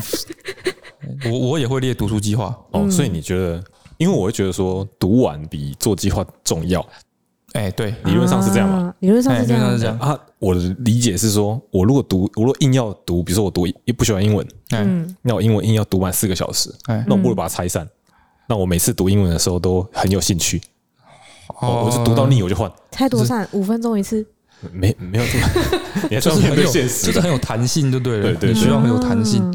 我也会列读书计划哦，所以你觉得？因为我会觉得说读完比做计划重要。 对， 理论上是这样嘛？ 理论上是这样啊。我的理解是说，我如果硬要读，比如说我不喜欢英文，那我英文硬要读满4个小时，那我不如把它拆散。那我每次读英文的时候都很有兴趣，我就读到腻我就换。拆多散5分钟一次。 没有这么，你还是面对现实， 就是很有弹性，就对了。 对， 需要很有弹性。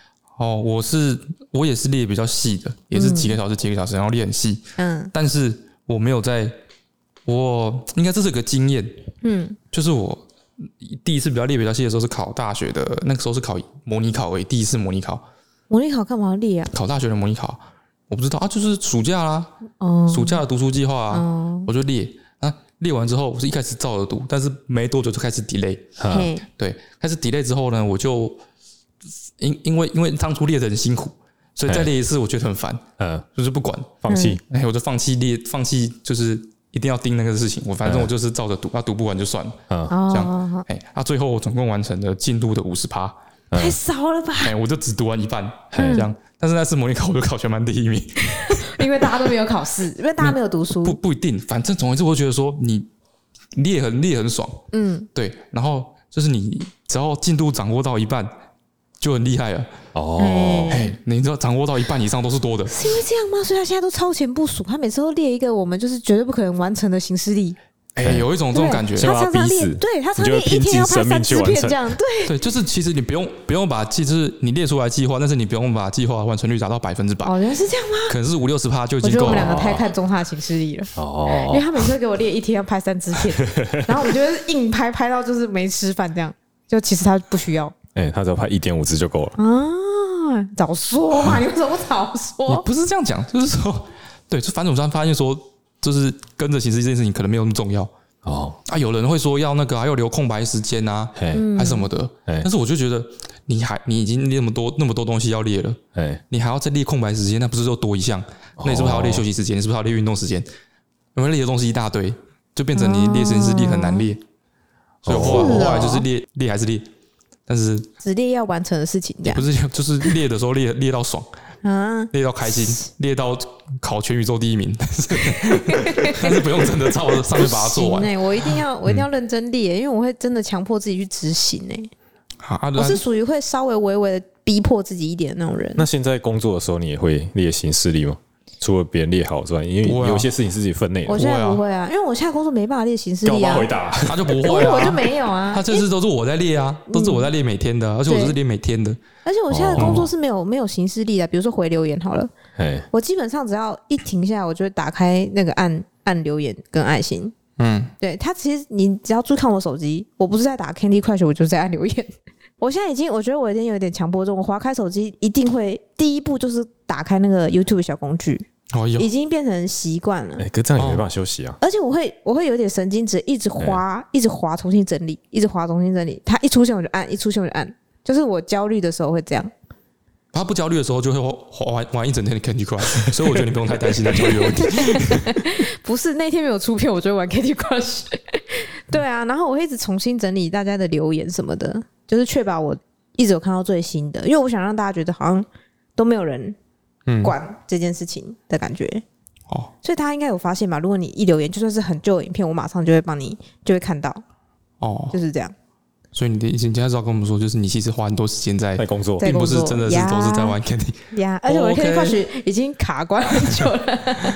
我也是列比较细的，也是几个小时，然后列很细。但是我没有我应该这是个经验。就是我第一次列比较细的时候是考大学的，那个时候是考模拟考第一次模拟考。 模拟考干嘛列啊？ 考大学的模拟考，我不知道啊，就是暑假啦，暑假的读书计划啊，我就列。列完之后，我是一开始照着读，但是没多久就开始 delay。对，开始 delay 之后呢，我就因为当初列的很辛苦，所以再列一次我觉得很烦，就是不管放弃， 我就放弃就是一定要盯那个事情，反正我就是照着读，读不完就算了，这样。最后我总共完成了进度的50%， 太少了吧？ 我就只读完一半，这样。但是那次模拟考我就考全班第1名。 因为大家都没有考试，因为大家没有读书， 不一定，反正总而言之，我觉得说你列很爽，对，然后就是你只要进度掌握到一半就很厉害了你知道掌握到一半以上都是多的， 是因为这样吗？所以他现在都超前部署，他每次都列一个我们就是绝对不可能完成的行事历。 有一种这种感觉， 他常常列，对他常常列一天要拍3支片这样， 对，就是其实你不用把就是你列出来计划，但是你不用把计划完成率达到100%。 原来是这样吗？ 可能是50-60%就已经够了。 我觉得我们两个太看重他的行事历了因为他每次给我列一天要拍3支片，然后我觉得硬拍到就是没吃饭这样，就其实他不需要， 他只要拍1.5支就够了早说嘛，你为什么早说？ 你不是这样讲，就是说，对，就反正我发现说。就是跟着行事这件事情可能没有那么重要有人会说要那个要留空白时间啊，还什么的，但是我就觉得你已经列那么多东西要列了，你还要再列空白时间，那不是就多一项？那你是不是还要列休息时间？你是不是还要列运动时间？因为列的东西一大堆，就变成你列行事历很难列，所以我后来就是列还是列，但是只列要完成的事情， 也不是就是列的时候列到爽。列到开心，列到考全宇宙第1名，但是不用真的照着上面把它做完。 我一定要认真列，因为我会真的强迫自己去执行我是属于会稍微微微的逼迫自己一点的那种人。 那现在工作的时候，你也会列行事历吗？除了别人列好之外，因为有些事情是自己分内的。 我现在不会因为我现在工作没办法列行事历回答他就不会我就没有他这次都是我在列都是我在列每天的，而且我是列每天的。 而且我现在的工作是没有行事历的，比如说回留言好了，我基本上只要一停下来，我就会打开那个按留言跟爱心。对，他其实你只要注意看我手机，我不是在打 Candy Crush， 我就是在按留言。我现在我觉得我有点强迫症，我滑开手机一定会第一步就是打开那个 YouTube 小工具。已经变成习惯了。 可这样也没办法休息啊。 而且我会有点神经质，一直滑，一直滑，重新整理，一直滑，重新整理。它一出现我就按，一出现我就按。就是我焦虑的时候会这样。 他不焦虑的时候就会玩一整天的 Candy Crush， 所以我觉得你不用太担心他焦虑的问题。 不是那天没有出片，我就会玩 Candy Crush。对啊，然后我会一直重新整理大家的留言什么的，就是确保我一直有看到最新的，因为我想让大家觉得好像都没有人管这件事情的感觉。所以他应该有发现吧？如果你一留言，就算是很旧的影片，我马上就会帮你就会看到。就是这样。所以你现在是要跟我们说，就是你其实花很多时间在工作， 并不是真的是都是在玩 Candy。 而且我的 Candy Crush 已经卡关很久了。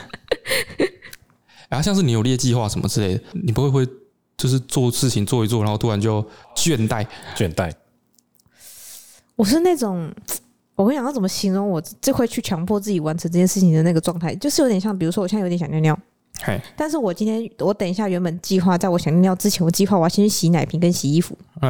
像是你有列计划什么之类的，你不会就是做事情做一做，然后突然就倦怠。 我是那种。我跟你讲要怎么形容我这会去强迫自己完成这件事情的那个状态，就是有点像，比如说我现在有点想尿尿，但是我等一下原本计划在我想尿尿之前，我计划我要先去洗奶瓶跟洗衣服，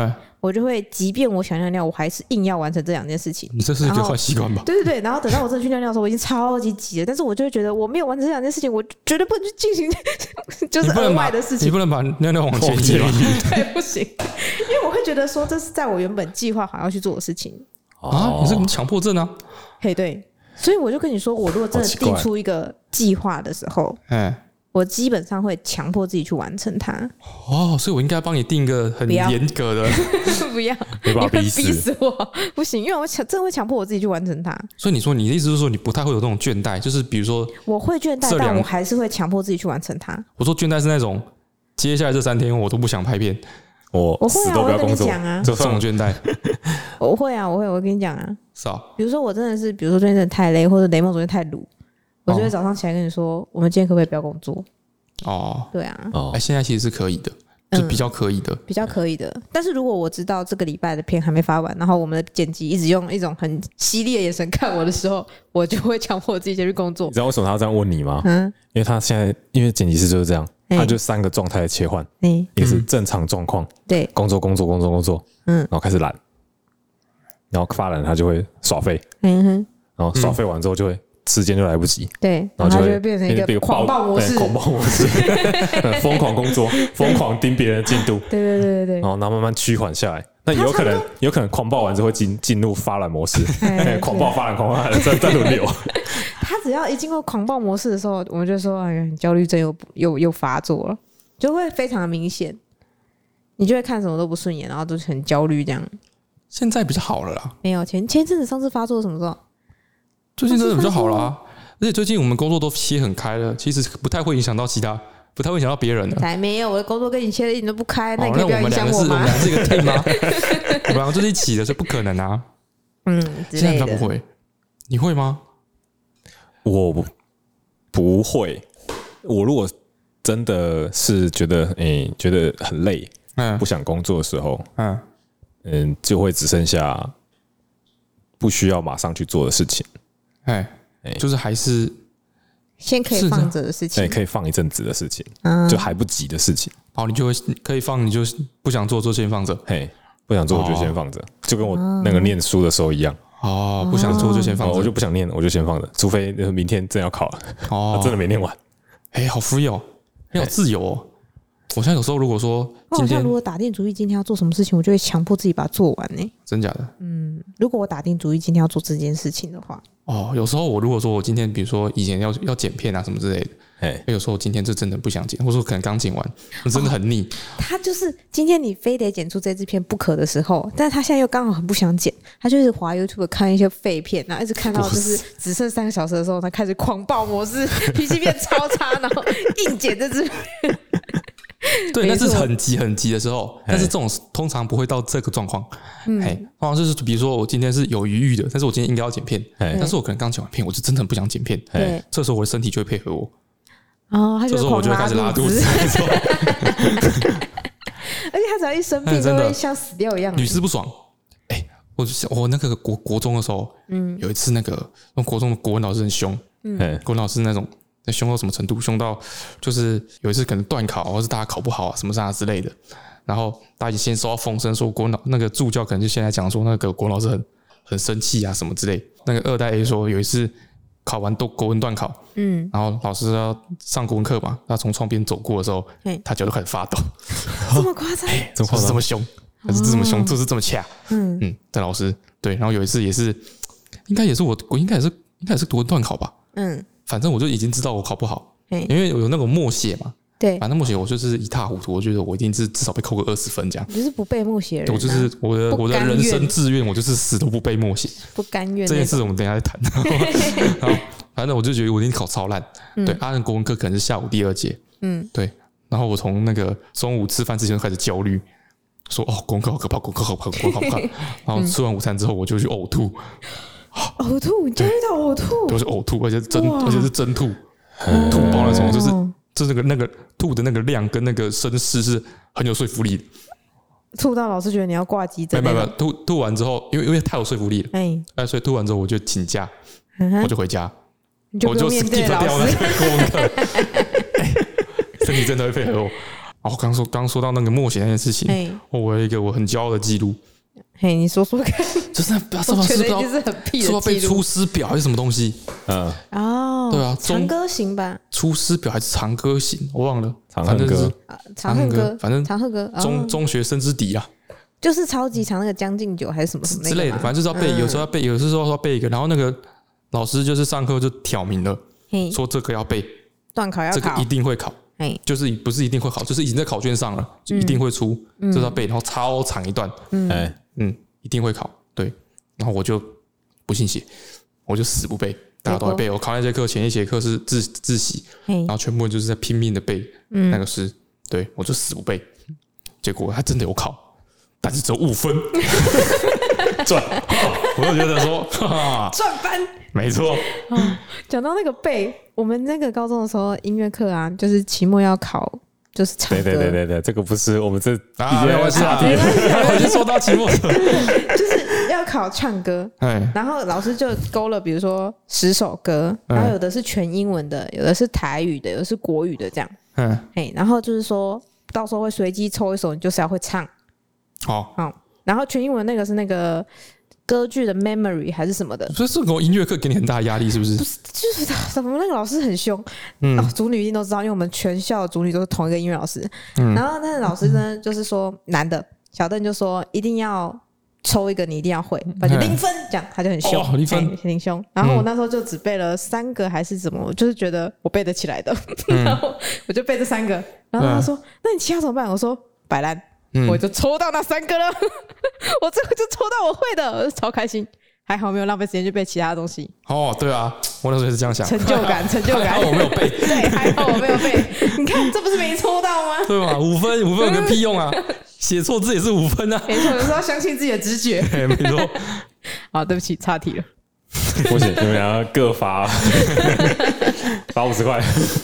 我就会即便我想尿尿，我还是硬要完成这2件事情。 你这是一个坏习惯吧？ 对对对，然后等到我真的去尿尿的时候，我已经超级急了，但是我就会觉得我没有完成这2件事情，我绝对不能去进行就是额外的事情。 你不能把尿尿往前移吗？ 对，不行，因为我会觉得说这是在我原本计划好要去做的事情啊，你这个强迫症啊！ 嘿，对，所以我就跟你说，我如果真的定出一个计划的时候，我基本上会强迫自己去完成它。 哦，所以我应该帮你定一个很严格的， 不要， 你会逼死我，不行，因为我真的会强迫我自己去完成它。 所以你的意思是说，你不太会有这种倦怠，就是比如说我会倦怠，但我还是会强迫自己去完成它。 我说倦怠是那种接下来这3天我都不想拍片， 我死都不要工作啊， 这种倦怠。 我会啊，我跟你讲啊， 是啊， 比如说我真的是，比如说最近真的太累，或者雷梦昨天太鲁，我就会早上起来跟你说，我们今天可不可以不要工作？ 哦， 对啊， 现在其实是可以的，就比较可以的， 比较可以的。但是如果我知道这个礼拜的片还没发完，然后我们的剪辑一直用一种很犀利的眼神看我的时候，我就会强迫我自己先去工作。 你知道为什么他要这样问你吗？因为他现在因为剪辑师就是这样，他就3个状态的切换，一个是正常状况，对，工作，然后开始懒，然后发懒他就会耍废，然后耍废完之后就会时间就来不及， 对，然后就会变成一个狂暴模式， 疯狂工作，疯狂盯别人的进度， 对， 然后慢慢趋缓下来。那有可能狂暴完之后会进入发懒模式，狂暴发懒，再轮流。 他只要一进入狂暴模式的时候，我们就说：“哎呀，焦虑症又发作了，就会非常的明显。你就会看什么都不顺眼，然后都很焦虑这样。” 现在比较好了啦， 没有前阵子上次发作什么时候？ 最近真的比较好啦，而且最近我们工作都切很开了，其实不太会影响到不太会影响到别人的。 才没有，我的工作跟你切的一点都不开，那你可以不要影响我吗？我们两个是一个 team 吗？我们两个就是一起的，所以不可能啊。现在他不会，你会吗？ 我不会。我如果真的是觉得很累，不想工作的时候，就会只剩下不需要马上去做的事情。 就是还是先可以放着的事情， 对，可以放一阵子的事情，就还不急的事情。 好，你就会可以放，你就不想做就先放着。 不想做我就先放着，就跟我那个念书的时候一样。 不想做就先放着， 我就不想念，我就先放着，除非明天真要考了，真的没念完。 好 free 哦，好自由哦。我现在有时候如果说今天如果打定主意今天要做什么事情，我就会强迫自己把它做完呢。 真假的？ 如果我打定主意今天要做这件事情的话， 有时候我如果说我今天比如说以前要剪片啊什么之类的，有时候我今天就真的不想剪，或者说可能刚剪完，真的很腻。 他就是今天你非得剪出这支片不可的时候，但是他现在又刚好很不想剪，他就一直滑 YouTube 看一些废片，然后一直看到就是只剩3个小时的时候，他开始狂暴模式，脾气变超差，然后硬剪这支片。 对，那是很急的时候，但是这种通常不会到这个状况。通常就是比如说我今天是有余裕的，但是我今天应该要剪片，但是我可能刚剪完片，我就真的很不想剪片。这时候我的身体就会配合我。这时候我就会开始拉肚子。 而且他只要一生病，就会像死掉一样， 屡试不爽。我那个国中的时候，有一次那个国中的国文老师很凶，国文老师那种。凶到什么程度？凶到就是有一次可能段考，或是大家考不好啊什么啥之类的，然后大家先收到风声说那个助教可能就现在讲说那个国文老师很生气啊什么之类。那个2代 A 说有一次考完国文段考，然后老师要上国文课嘛，他从窗边走过的时候，他脚都开始发抖。 这么夸张？ 这么凶，还是这么凶，就是这么掐。但老师对，然后有一次也是，应该也是我应该也是国文段考吧。反正我就已经知道我考不好，因为有那种默写嘛。对，反正默写我就是一塌糊涂，我觉得我一定是至少被扣个20分这样。 你就是不背默写人， 我就是我的人生志愿，我就是死都不背默写， 不甘愿。 这件事我们等一下再谈。然后反正我就觉得我一定考超烂。对，阿仁国文课可能是下午第2节。对，然后我从那个中午吃饭之前就开始焦虑，说国文课好可怕，国文课好可怕。然后吃完午餐之后我就去呕吐。 呕吐，你焦虑到呕吐， 都是呕吐，而且是真吐，吐爆那种，就是那个吐的那个量跟那个声势是很有说服力的。 吐到老师觉得你要挂急诊。 没有，吐完之后，因为太有说服力了，所以吐完之后我就请假，我就回家，我就 skip 掉那个国文课。身体真的会配合我。 哦，刚说到那个默写那件事情，我有一个我很骄傲的记录。 嘿，你说说看。 就是不要说是很屁的记录，说被出师表还是什么东西？ 哦， 对啊， 长歌行吧？ 出师表还是长歌行？我忘了， 长恨歌， 长恨歌， 反正长恨歌， 中学生之敌啊。就是超级长那个将进酒还是什么之类的，反正就是要背，有时候要背，有时候要背一个，然后那个老师就是上课就挑明了，说这个要背， 段考要考， 这个一定会考，就是不是一定会考，就是已经在考卷上了，就一定会出，这要背，然后超长一段，一定会考，对，然后我就不信邪，我就死不背，大家都会背。我考那节课前一节课是自习，然后全部人就是在拼命的背那个诗，对我就死不背，结果他真的有考。但是只有5分，赚！我就觉得说， 赚翻， 没错。 讲到那个背，我们那个高中的时候音乐课啊，就是期末要考，就是唱歌。 对，这个不是我们这没有关系啊，我已经说到期末了， 就是要考唱歌。然后老师就勾了，比如说10首歌，然后有的是全英文的，有的是台语的，有的是国语的，这样。然后就是说到时候会随机抽一首，你就是要会唱。 好， 然后全英文那个是那个歌剧的 Memory 还是什么的， 所以这种音乐课给你很大的压力，是不是？不是， 就是我们那个老师很凶，主女一定都知道，因为我们全校的主女都是同一个音乐老师。然后那个老师呢，就是说男的小邓就说一定要抽一个，你一定要会，反正0分，这样他就很凶，很凶。然后我那时候就只背了3个还是怎么，我就是觉得我背得起来的，然后我就背这3个。然后他说：“那你其他怎么办？”我说：“摆烂。”我就抽到那3个了，我最后就抽到我会的，我就超开心，还好没有浪费时间去背其他的东西。 对啊，我那时候也是这样想， 成就感。 还好我没有背， 对，还好我没有背。你看，这不是没抽到吗？ 对吧？5分有个屁用啊！写错字也是5分啊。 没错，有时候要相信自己的直觉。 没错。 好，对不起，岔题了。 不行，你们两个各罚50块。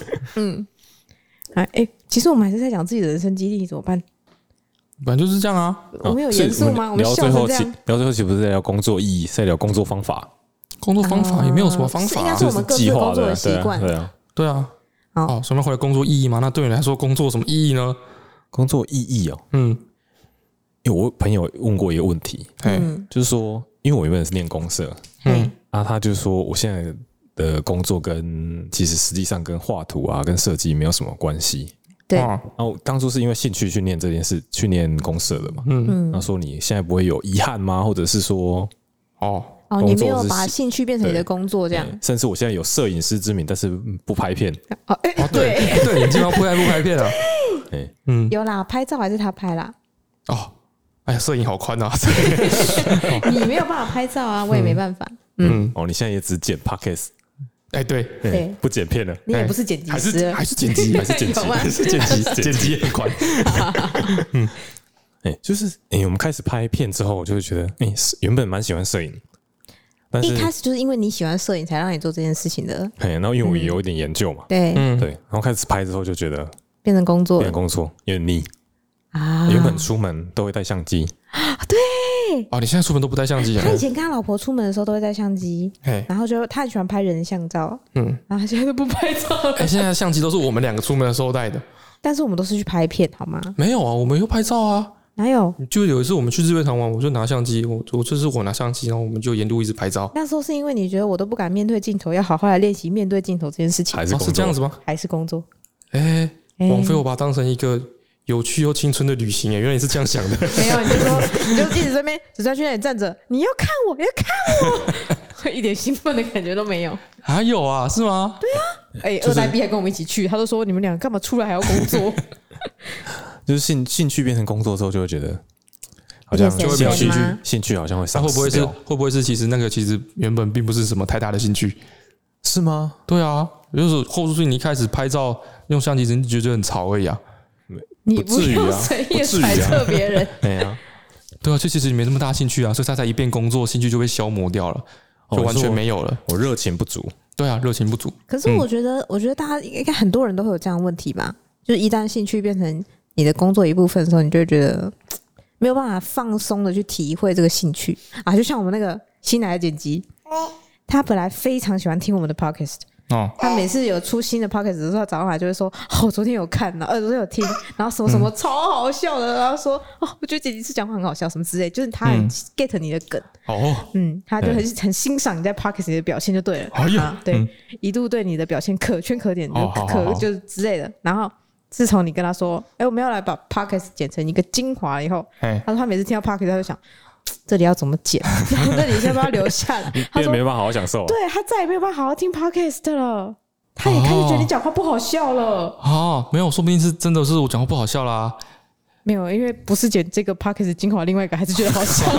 其实我们还是在讲自己的人生经历，怎么办？ 本来就是这样啊。 我们有严肃吗？我们笑成这样。 聊最后期不是在聊工作意义，在聊工作方法。 工作方法也没有什么方法， 应该是我们各自工作的习惯。 对啊。好，什么回来工作意义吗？那对你来说，工作有什么意义呢？ 工作意义因为我朋友问过一个问题，就是说，因为我原本是念公社，他就说我现在的工作其实实际上跟画图啊、跟设计没有什么关系。 对， 然后当初是因为兴趣去念这件事，去念公社的嘛。他说你现在不会有遗憾吗？或者是说， 你没有把兴趣变成你的工作这样。 甚至我现在有摄影师之名，但是不拍片。 对，你经常不拍片啊？ 有啦，拍照还是他拍啦。 摄影好宽啊！ 你没有办法拍照啊，我也没办法。 你现在也只剪 podcast。 对， 不剪片了， 你也不是剪辑师， 还是剪辑，剪辑很宽。 就是我们开始拍片之后，我就会觉得，原本蛮喜欢摄影，但是一开始就是因为你喜欢摄影，才让你做这件事情的。 然后因为我也有一点研究嘛， 对， 然后开始拍之后就觉得变成工作， 有点腻啊。原本出门都会带相机， 对。 你现在出门都不带相机啊？ 他以前跟他老婆出门的时候都会带相机，然后他很喜欢拍人像照，然后他现在都不拍照了。 现在相机都是我们2个出门的时候带的， 但是我们都是去拍片，好吗？ 没有啊，我们又拍照啊。 哪有？ 就有一次我们去日月潭玩，我就拿相机，我拿相机，然后我们就沿路一直拍照。 那时候是因为你觉得我都不敢面对镜头，要好好来练习面对镜头这件事情， 是这样子吗？ 还是工作？ 王菲，我把它当成一个有趣又青春的旅行原来你是这样想的。 没有，你就一直这边只在去那里站着，你要看我，要看我，一点兴奋的感觉都没有。 还有啊，是吗？ 对啊，二代 B 还跟我们一起去，他都说你们俩干嘛出来还要工作？ 就是兴趣变成工作之后，就会觉得好像就会没有兴趣好像会丧失掉。 会不会是其实原本并不是什么太大的兴趣？ 是吗？ 对啊，就是或者是你一开始拍照用相机，你觉得很潮而已啊。 你不用随意揣测别人。 对啊，就其实你没那么大兴趣啊，所以他才一变工作，兴趣就被消磨掉了，就完全没有了。 我热情不足。 对啊，热情不足。 可是我觉得大家应该很多人都会有这样的问题吧？就是一旦兴趣变成你的工作一部分的时候，你就会觉得没有办法放松的去体会这个兴趣啊。就像我们那个新来的剪辑，他本来非常喜欢听我们的 podcast， 他每次有出新的 podcast 的时候，他早上来就会说：“哦，我昨天有看，昨天有听，然后什么什么超好笑的。”然后说：“哦，我觉得这几次讲话很好笑，什么之类。”就是他很 get 你的梗。他就很欣赏你在 podcast 里的表现就对了。对，一度对你的表现可圈可点，就是之类的。然后自从你跟他说：“我们要来把 podcast 剪成一个精华以后，他说他每次听到 podcast 他就想。”这里要怎么剪？然后这里先把它留下来。 他说没办法好好享受。 对，他再也没有办法好好听 podcast 了。他也开始觉得你讲话不好笑了。 没有，说不定是真的是我讲话不好笑啦。 没有，因为不是剪这个 podcast 精华，另外一个还是觉得好笑。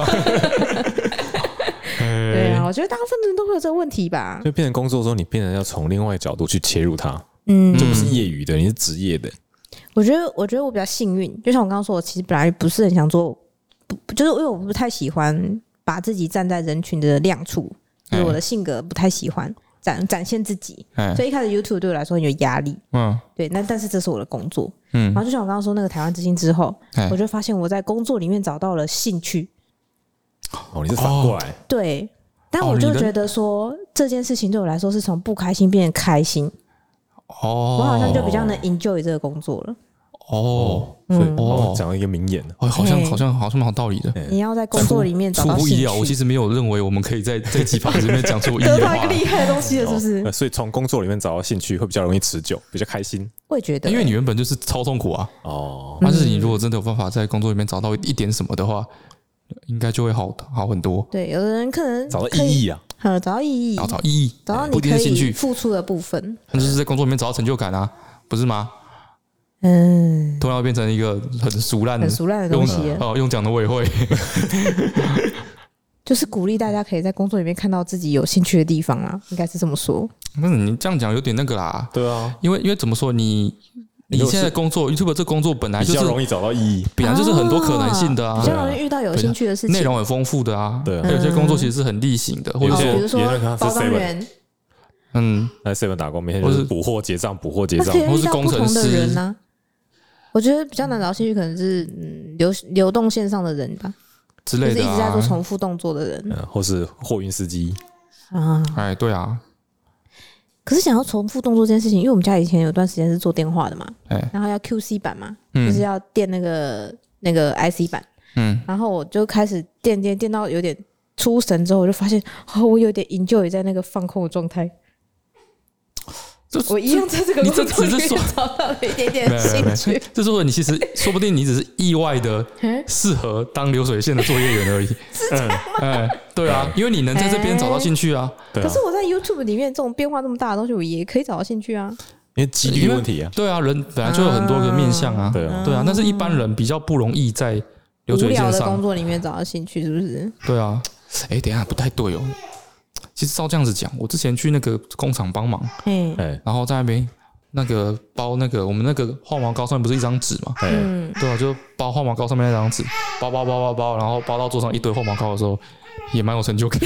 对啊，我觉得大部分人都会有这个问题吧。 就变成工作的时候，你变成要从另外一个角度去切入它。就不是业余的，你是职业的。 我觉得我比较幸运，就像我刚刚说，我其实本来不是很想做。就是因为我不太喜欢把自己站在人群的亮处，就是我的性格不太喜欢展现自己，所以一开始 YouTube 对我来说很有压力。对，但是这是我的工作。然后就像我刚刚说那个台湾之星之后，我就发现我在工作里面找到了兴趣。 你是反过来。 对，但我就觉得说这件事情对我来说是从不开心变成开心。我好像就比较能 enjoy 这个工作了。 所以讲了一个名言， 好像蛮有道理的。 你要在工作里面找到兴趣。 出乎意料，我其实没有认为我们可以在这几趴里面讲出得到一个厉害的东西了，是不是？ 所以从工作里面找到兴趣会比较容易持久，比较开心。 我也觉得， 因为你原本就是超痛苦啊。但是你如果真的有办法在工作里面找到一点什么的话，应该就会好很多。 对，有的人可能找到意义啊， 找到意义， 找到你可以付出的部分， 那就是在工作里面找到成就感啊，不是吗？突然变成一个很俗烂的东西用讲的我也会。 就是鼓励大家可以在工作里面看到自己有兴趣的地方啦，应该是这么说。 你这样讲有点那个啦。 对啊， 因为怎么说，你现在工作 YouTube 这工作本来就是比较容易找到意义， 本来就是很多可能性的啊， 比较容易遇到有兴趣的事情， 内容很丰富的啊。 对， 有些工作其实是很例行的，或者比如说包装员。 在 7 打工，每天就是补货结账，或是工程师啊。我觉得比较难找兴趣，可能是流动线上的人吧之类的， 就是一直在做重复动作的人， 或是货运司机啊。 对啊。 可是想要重复动作这件事情，因为我们家以前有段时间是做电话的嘛，然后要 QC 版嘛，就是要垫那个 IC 版，然后我就开始垫到有点出神之后，我就发现我有点 enjoy 在那个放空的状态。我一样在这个工作里面找到了一点点兴趣。 就是说，你其实说不定你只是意外的适合当流水线的作业员而已。 是这样吗？ 对啊，因为你能在这边找到兴趣啊。 可是我在 YouTube 里面这种变化这么大的东西，我也可以找到兴趣啊。 因为几率问题啊。 对啊，人本来就有很多个面向啊。对啊，但是一般人比较不容易在流水线上无聊的工作里面找到兴趣，是不是？ 对啊。等一下不太对哦。其实照这样子讲，我之前去那个工厂帮忙，然后在那边那个包那个我们那个化毛膏上面不是一张纸嘛，对啊，就包化毛膏上面那张纸，包，然后包到桌上一堆化毛膏的时候，也蛮有成就感的。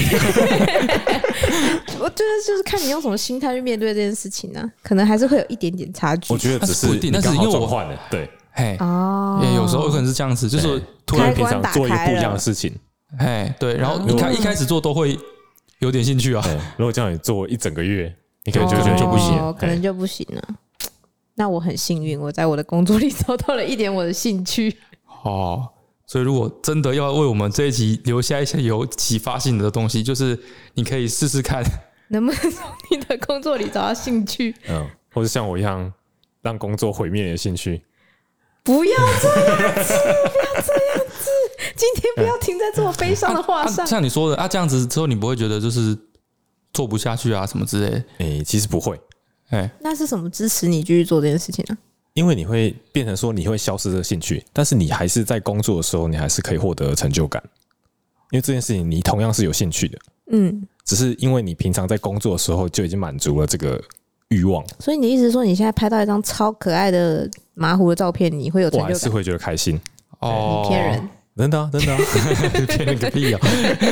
我觉得就是看你用什么心态去面对这件事情啊，可能还是会有一点点差距。 我觉得只是但是因为我换了，对， 有时候有可能是这样子，就是突然平常做一个不一样的事情， 对，然后一开始做都会有点兴趣啊。 如果叫你做一整个月，你可能就觉得就不行， 可能就不行了。那我很幸运，我在我的工作里找到了一点我的兴趣。 所以如果真的要为我们这一集留下一些有启发性的东西，就是你可以试试看， 能不能从你的工作里找到兴趣。 或者像我一样，让工作毁灭你的兴趣。 不要这样子，不要这样子。今天不要停在这么悲伤的话上。 像你说的这样子之后，你不会觉得就是做不下去啊什么之类的？其实不会。 那是什么支持你继续做这件事情呢？ 因为你会变成说你会消失这个兴趣，但是你还是在工作的时候，你还是可以获得成就感。因为这件事情你同样是有兴趣的，只是因为你平常在工作的时候就已经满足了这个欲望。 所以你的意思是说，你现在拍到一张超可爱的麻狐的照片，你会有成就感？ 我还是会觉得开心。 你骗人。 真的啊，真的啊， 骗人个屁啊！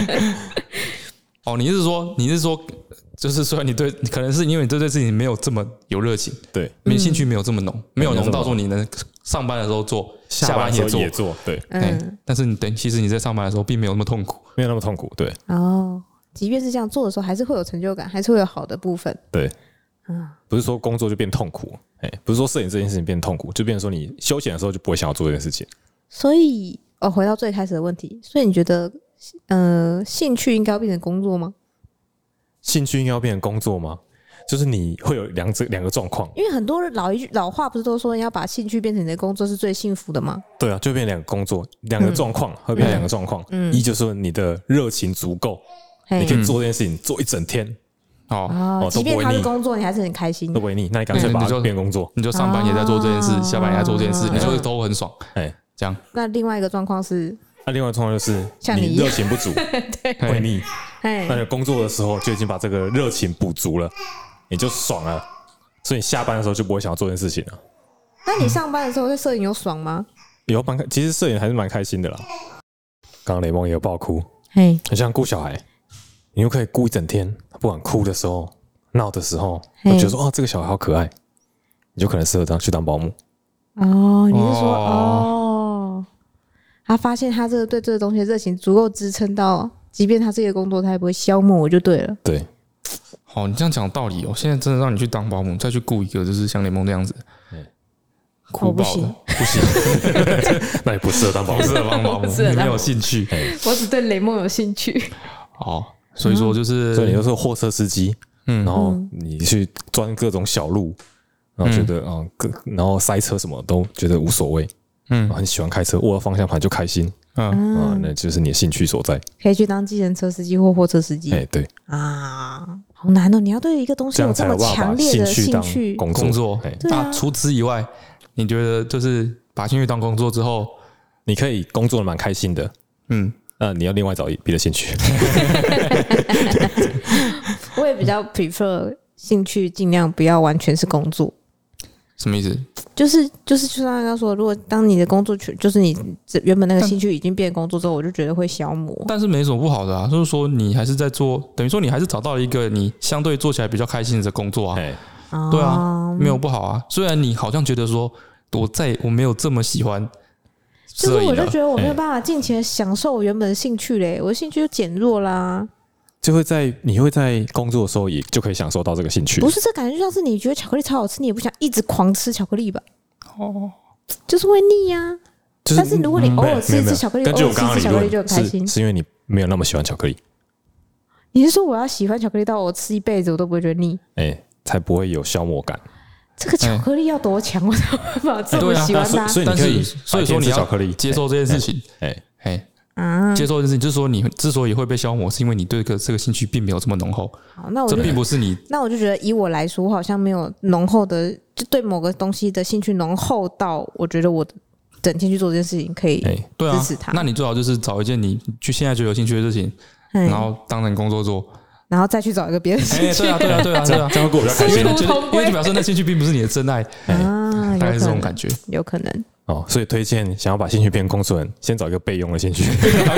你是说，就是说你对，可能是因为你对这事情没有这么有热情， 对， 兴趣没有这么浓，没有浓到说你能上班的时候做，下班也做， 对， 但是其实你在上班的时候并没有那么痛苦， 没有那么痛苦，对。 即便是这样做的时候，还是会有成就感，还是会有好的部分， 对。 不是说工作就变痛苦，不是说摄影这件事情变痛苦，就变成说你休闲的时候就不会想要做这件事情。 所以回到最开始的问题，所以你觉得兴趣应该要变成工作吗？ 兴趣应该要变成工作吗？就是你会有两个状况， 因为很多老话不是都说要把兴趣变成你的工作是最幸福的吗？ 对啊，就变两个工作，两个状况，会变两个状况。一就是说你的热情足够，你可以做这件事情做一整天， 即便它是工作，你还是很开心， 都不会腻。那你干脆把它变工作， 你就上班也在做这件事，下班也在做这件事，你就都很爽。这样。 那另外一个状况是， 另外一个状况就是你热情不足，会腻。那你工作的时候就已经把这个热情补足了。你就爽了，所以你下班的时候就不会想要做这件事情了。 那你上班的时候在摄影有爽吗？ 有其实摄影还是蛮开心的啦。刚刚雷蒙也有爆哭，很像顾小孩，你又可以顾一整天，不管哭的时候、闹的时候，我觉得说这个小孩好可爱，你就可能适合去当保姆。 你是说他发现他对这个东西的热情足够支撑到，即便他这个工作他也不会消磨我就对了。 对。 好，你这样讲道理现在真的让你去当保姆，再去雇一个就是像雷蒙那样子，哭爆了，不行， 那你不适合当保姆， 不适合当保姆，你没有兴趣。 我只对雷蒙有兴趣。 好，所以说就是， 所以你就是货车司机，然后你去钻各种小路，然后觉得然后塞车什么都觉得无所谓，很喜欢开车，握方向盘就开心。那就是你的兴趣所在， 可以去当计程车司机或货车司机。 对好难哦！你要对一个东西有这么强烈的兴趣工作。那除此以外，你觉得就是把兴趣当工作之后， 你可以工作的蛮开心的。你要另外找别的兴趣。 我也比较 prefer 兴趣尽量不要完全是工作。 什么意思？ 就是就像刚刚说，如果当你的工作就是你原本那个兴趣已经变工作之后，我就觉得会消磨。 但是没什么不好的啊，就是说你还是在做，等于说你还是找到了一个你相对做起来比较开心的工作啊。对啊，没有不好啊。虽然你好像觉得说我没有这么喜欢摄影， 就是我就觉得我没有办法尽情的享受我原本的兴趣嘞，我的兴趣就减弱啦。 你会在工作的时候也就可以享受到这个兴趣。 不是，这感觉就像是你觉得巧克力超好吃，你也不想一直狂吃巧克力吧？就是会腻呀。但是如果你偶尔吃一次巧克力， 根据我刚刚理论就很开心， 是因为你没有那么喜欢巧克力。 你是说我要喜欢巧克力到我吃一辈子我都不会觉得腻？ 才不会有消磨感。 这个巧克力要多强，我才有办法这么喜欢它。 所以你可以， 所以说你要接受这件事情。接受这件事情，就是说你之所以会被消磨，是因为你对这个兴趣并没有这么浓厚。 好，那这并不是你。 那我就觉得，以我来说，我好像没有浓厚的，就对某个东西的兴趣浓厚到，我觉得我整天去做这件事情可以支持它。 那你最好就是找一件你现在就有兴趣的事情，然后当成工作做。 然后再去找一个别的兴趣。 对啊，这样会过比较开心。因为就表示那兴趣并不是你的真爱大概是这种感觉， 有可能。 所以推荐想要把兴趣变工作人，先找一个备用的兴趣。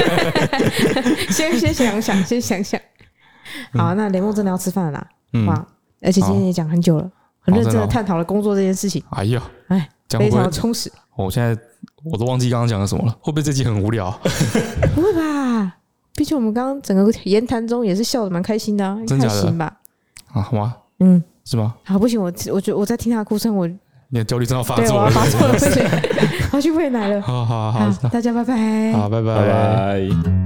先想想。好，那雷蒙真的要吃饭了啦。哇，而且今天也讲很久了，很认真的探讨了工作这件事情。非常的充实。 现在我都忘记刚刚讲了什么了，会不会这集很无聊？ 不会吧？毕竟我们刚刚整个言谈中也是笑得蛮开心的啊， 真假的？ 还行吧？ 好吗？是吗？ 好，不行，我觉得我在听他的哭声， 你的焦虑症要发作了， 对，我要发作了，我要去喂奶了。 好， 大家拜拜。 好，拜拜。